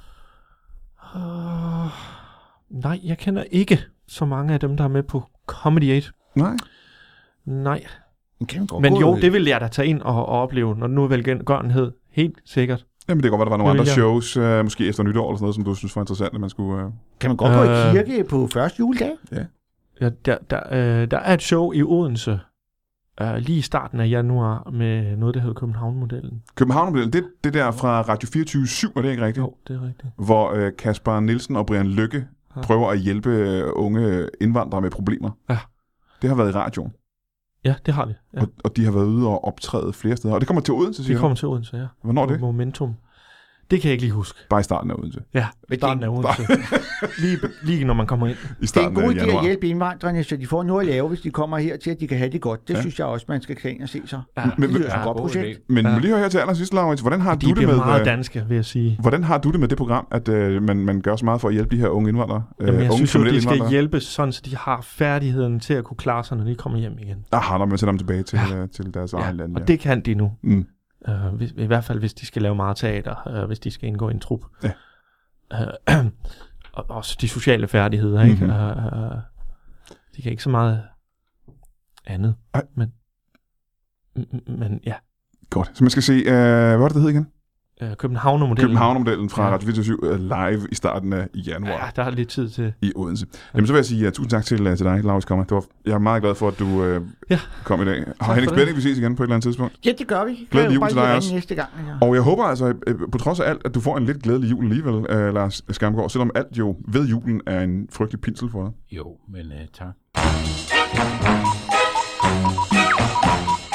Nej, jeg kender ikke så mange af dem, der er med på Comedy 8. Nej. Men jo, det vil jeg da tage ind og opleve, når nu er velgørenhed. Helt sikkert. Jamen det kan godt være, der var nogle andre shows, måske efter nytår eller sådan noget, som du synes var interessant, at man skulle... Kan man godt gå i kirke på første juledag? Ja, der er et show i Odense, lige i starten af januar, med noget, der hedder København-modellen. København-modellen, det der fra Radio 24/7, er det ikke rigtigt? Jo, det er rigtigt. Hvor Kasper Nielsen og Brian Lykke prøver at hjælpe unge indvandrere med problemer. Ja. Det har været i radioen. Ja, det har det. Ja. Og de har været ude og optræde flere steder. Og det kommer til Odense, siger Det kommer til Odense, ja. Hvornår er det? Momentum. Det kan jeg ikke lige huske. Bare i starten af Odense? Ja, i starten af Odense. lige når man kommer ind. Det er en god idé at hjælpe indvandrerne, så de får noget at lave, hvis de kommer her til, at de kan have det godt. Det synes jeg også, man skal ind og se så. Ja, det er et godt projekt. Men lige høre her til allersidst, Laurits, hvordan har du det med... De bliver meget danske, vil jeg sige. Hvordan har du det med det program, at man gør så meget for at hjælpe de her unge indvandrere? Jamen, jeg synes jo, de skal hjælpes sådan, så de har færdigheden til at kunne klare sig, når de kommer hjem igen. Når man sender dem tilbage til deres eget land. Og det kan de nu. I hvert fald, hvis de skal lave meget teater, hvis de skal indgå i en trup. Ja. Og også de sociale færdigheder, ikke? De kan ikke så meget andet. Men ja. Godt. Så man skal se, hvad var det hed igen? København-modellen fra Radio 24 live i starten af januar. Ja, der er lidt tid til. I Odense. Jamen så vil jeg sige tusind tak til dig, Laurits Komma. Jeg er meget glad for, at du kom i dag. Og Henning Spænding, vi ses igen på et eller andet tidspunkt. Ja, det gør vi. Glædelig jul til dig også. Næste gang, Og jeg håber altså, på trods af alt, at du får en lidt glædelig jul alligevel, Lars Skamgaard, selvom alt jo ved julen er en frygtelig pinsel for dig. Jo, men tak.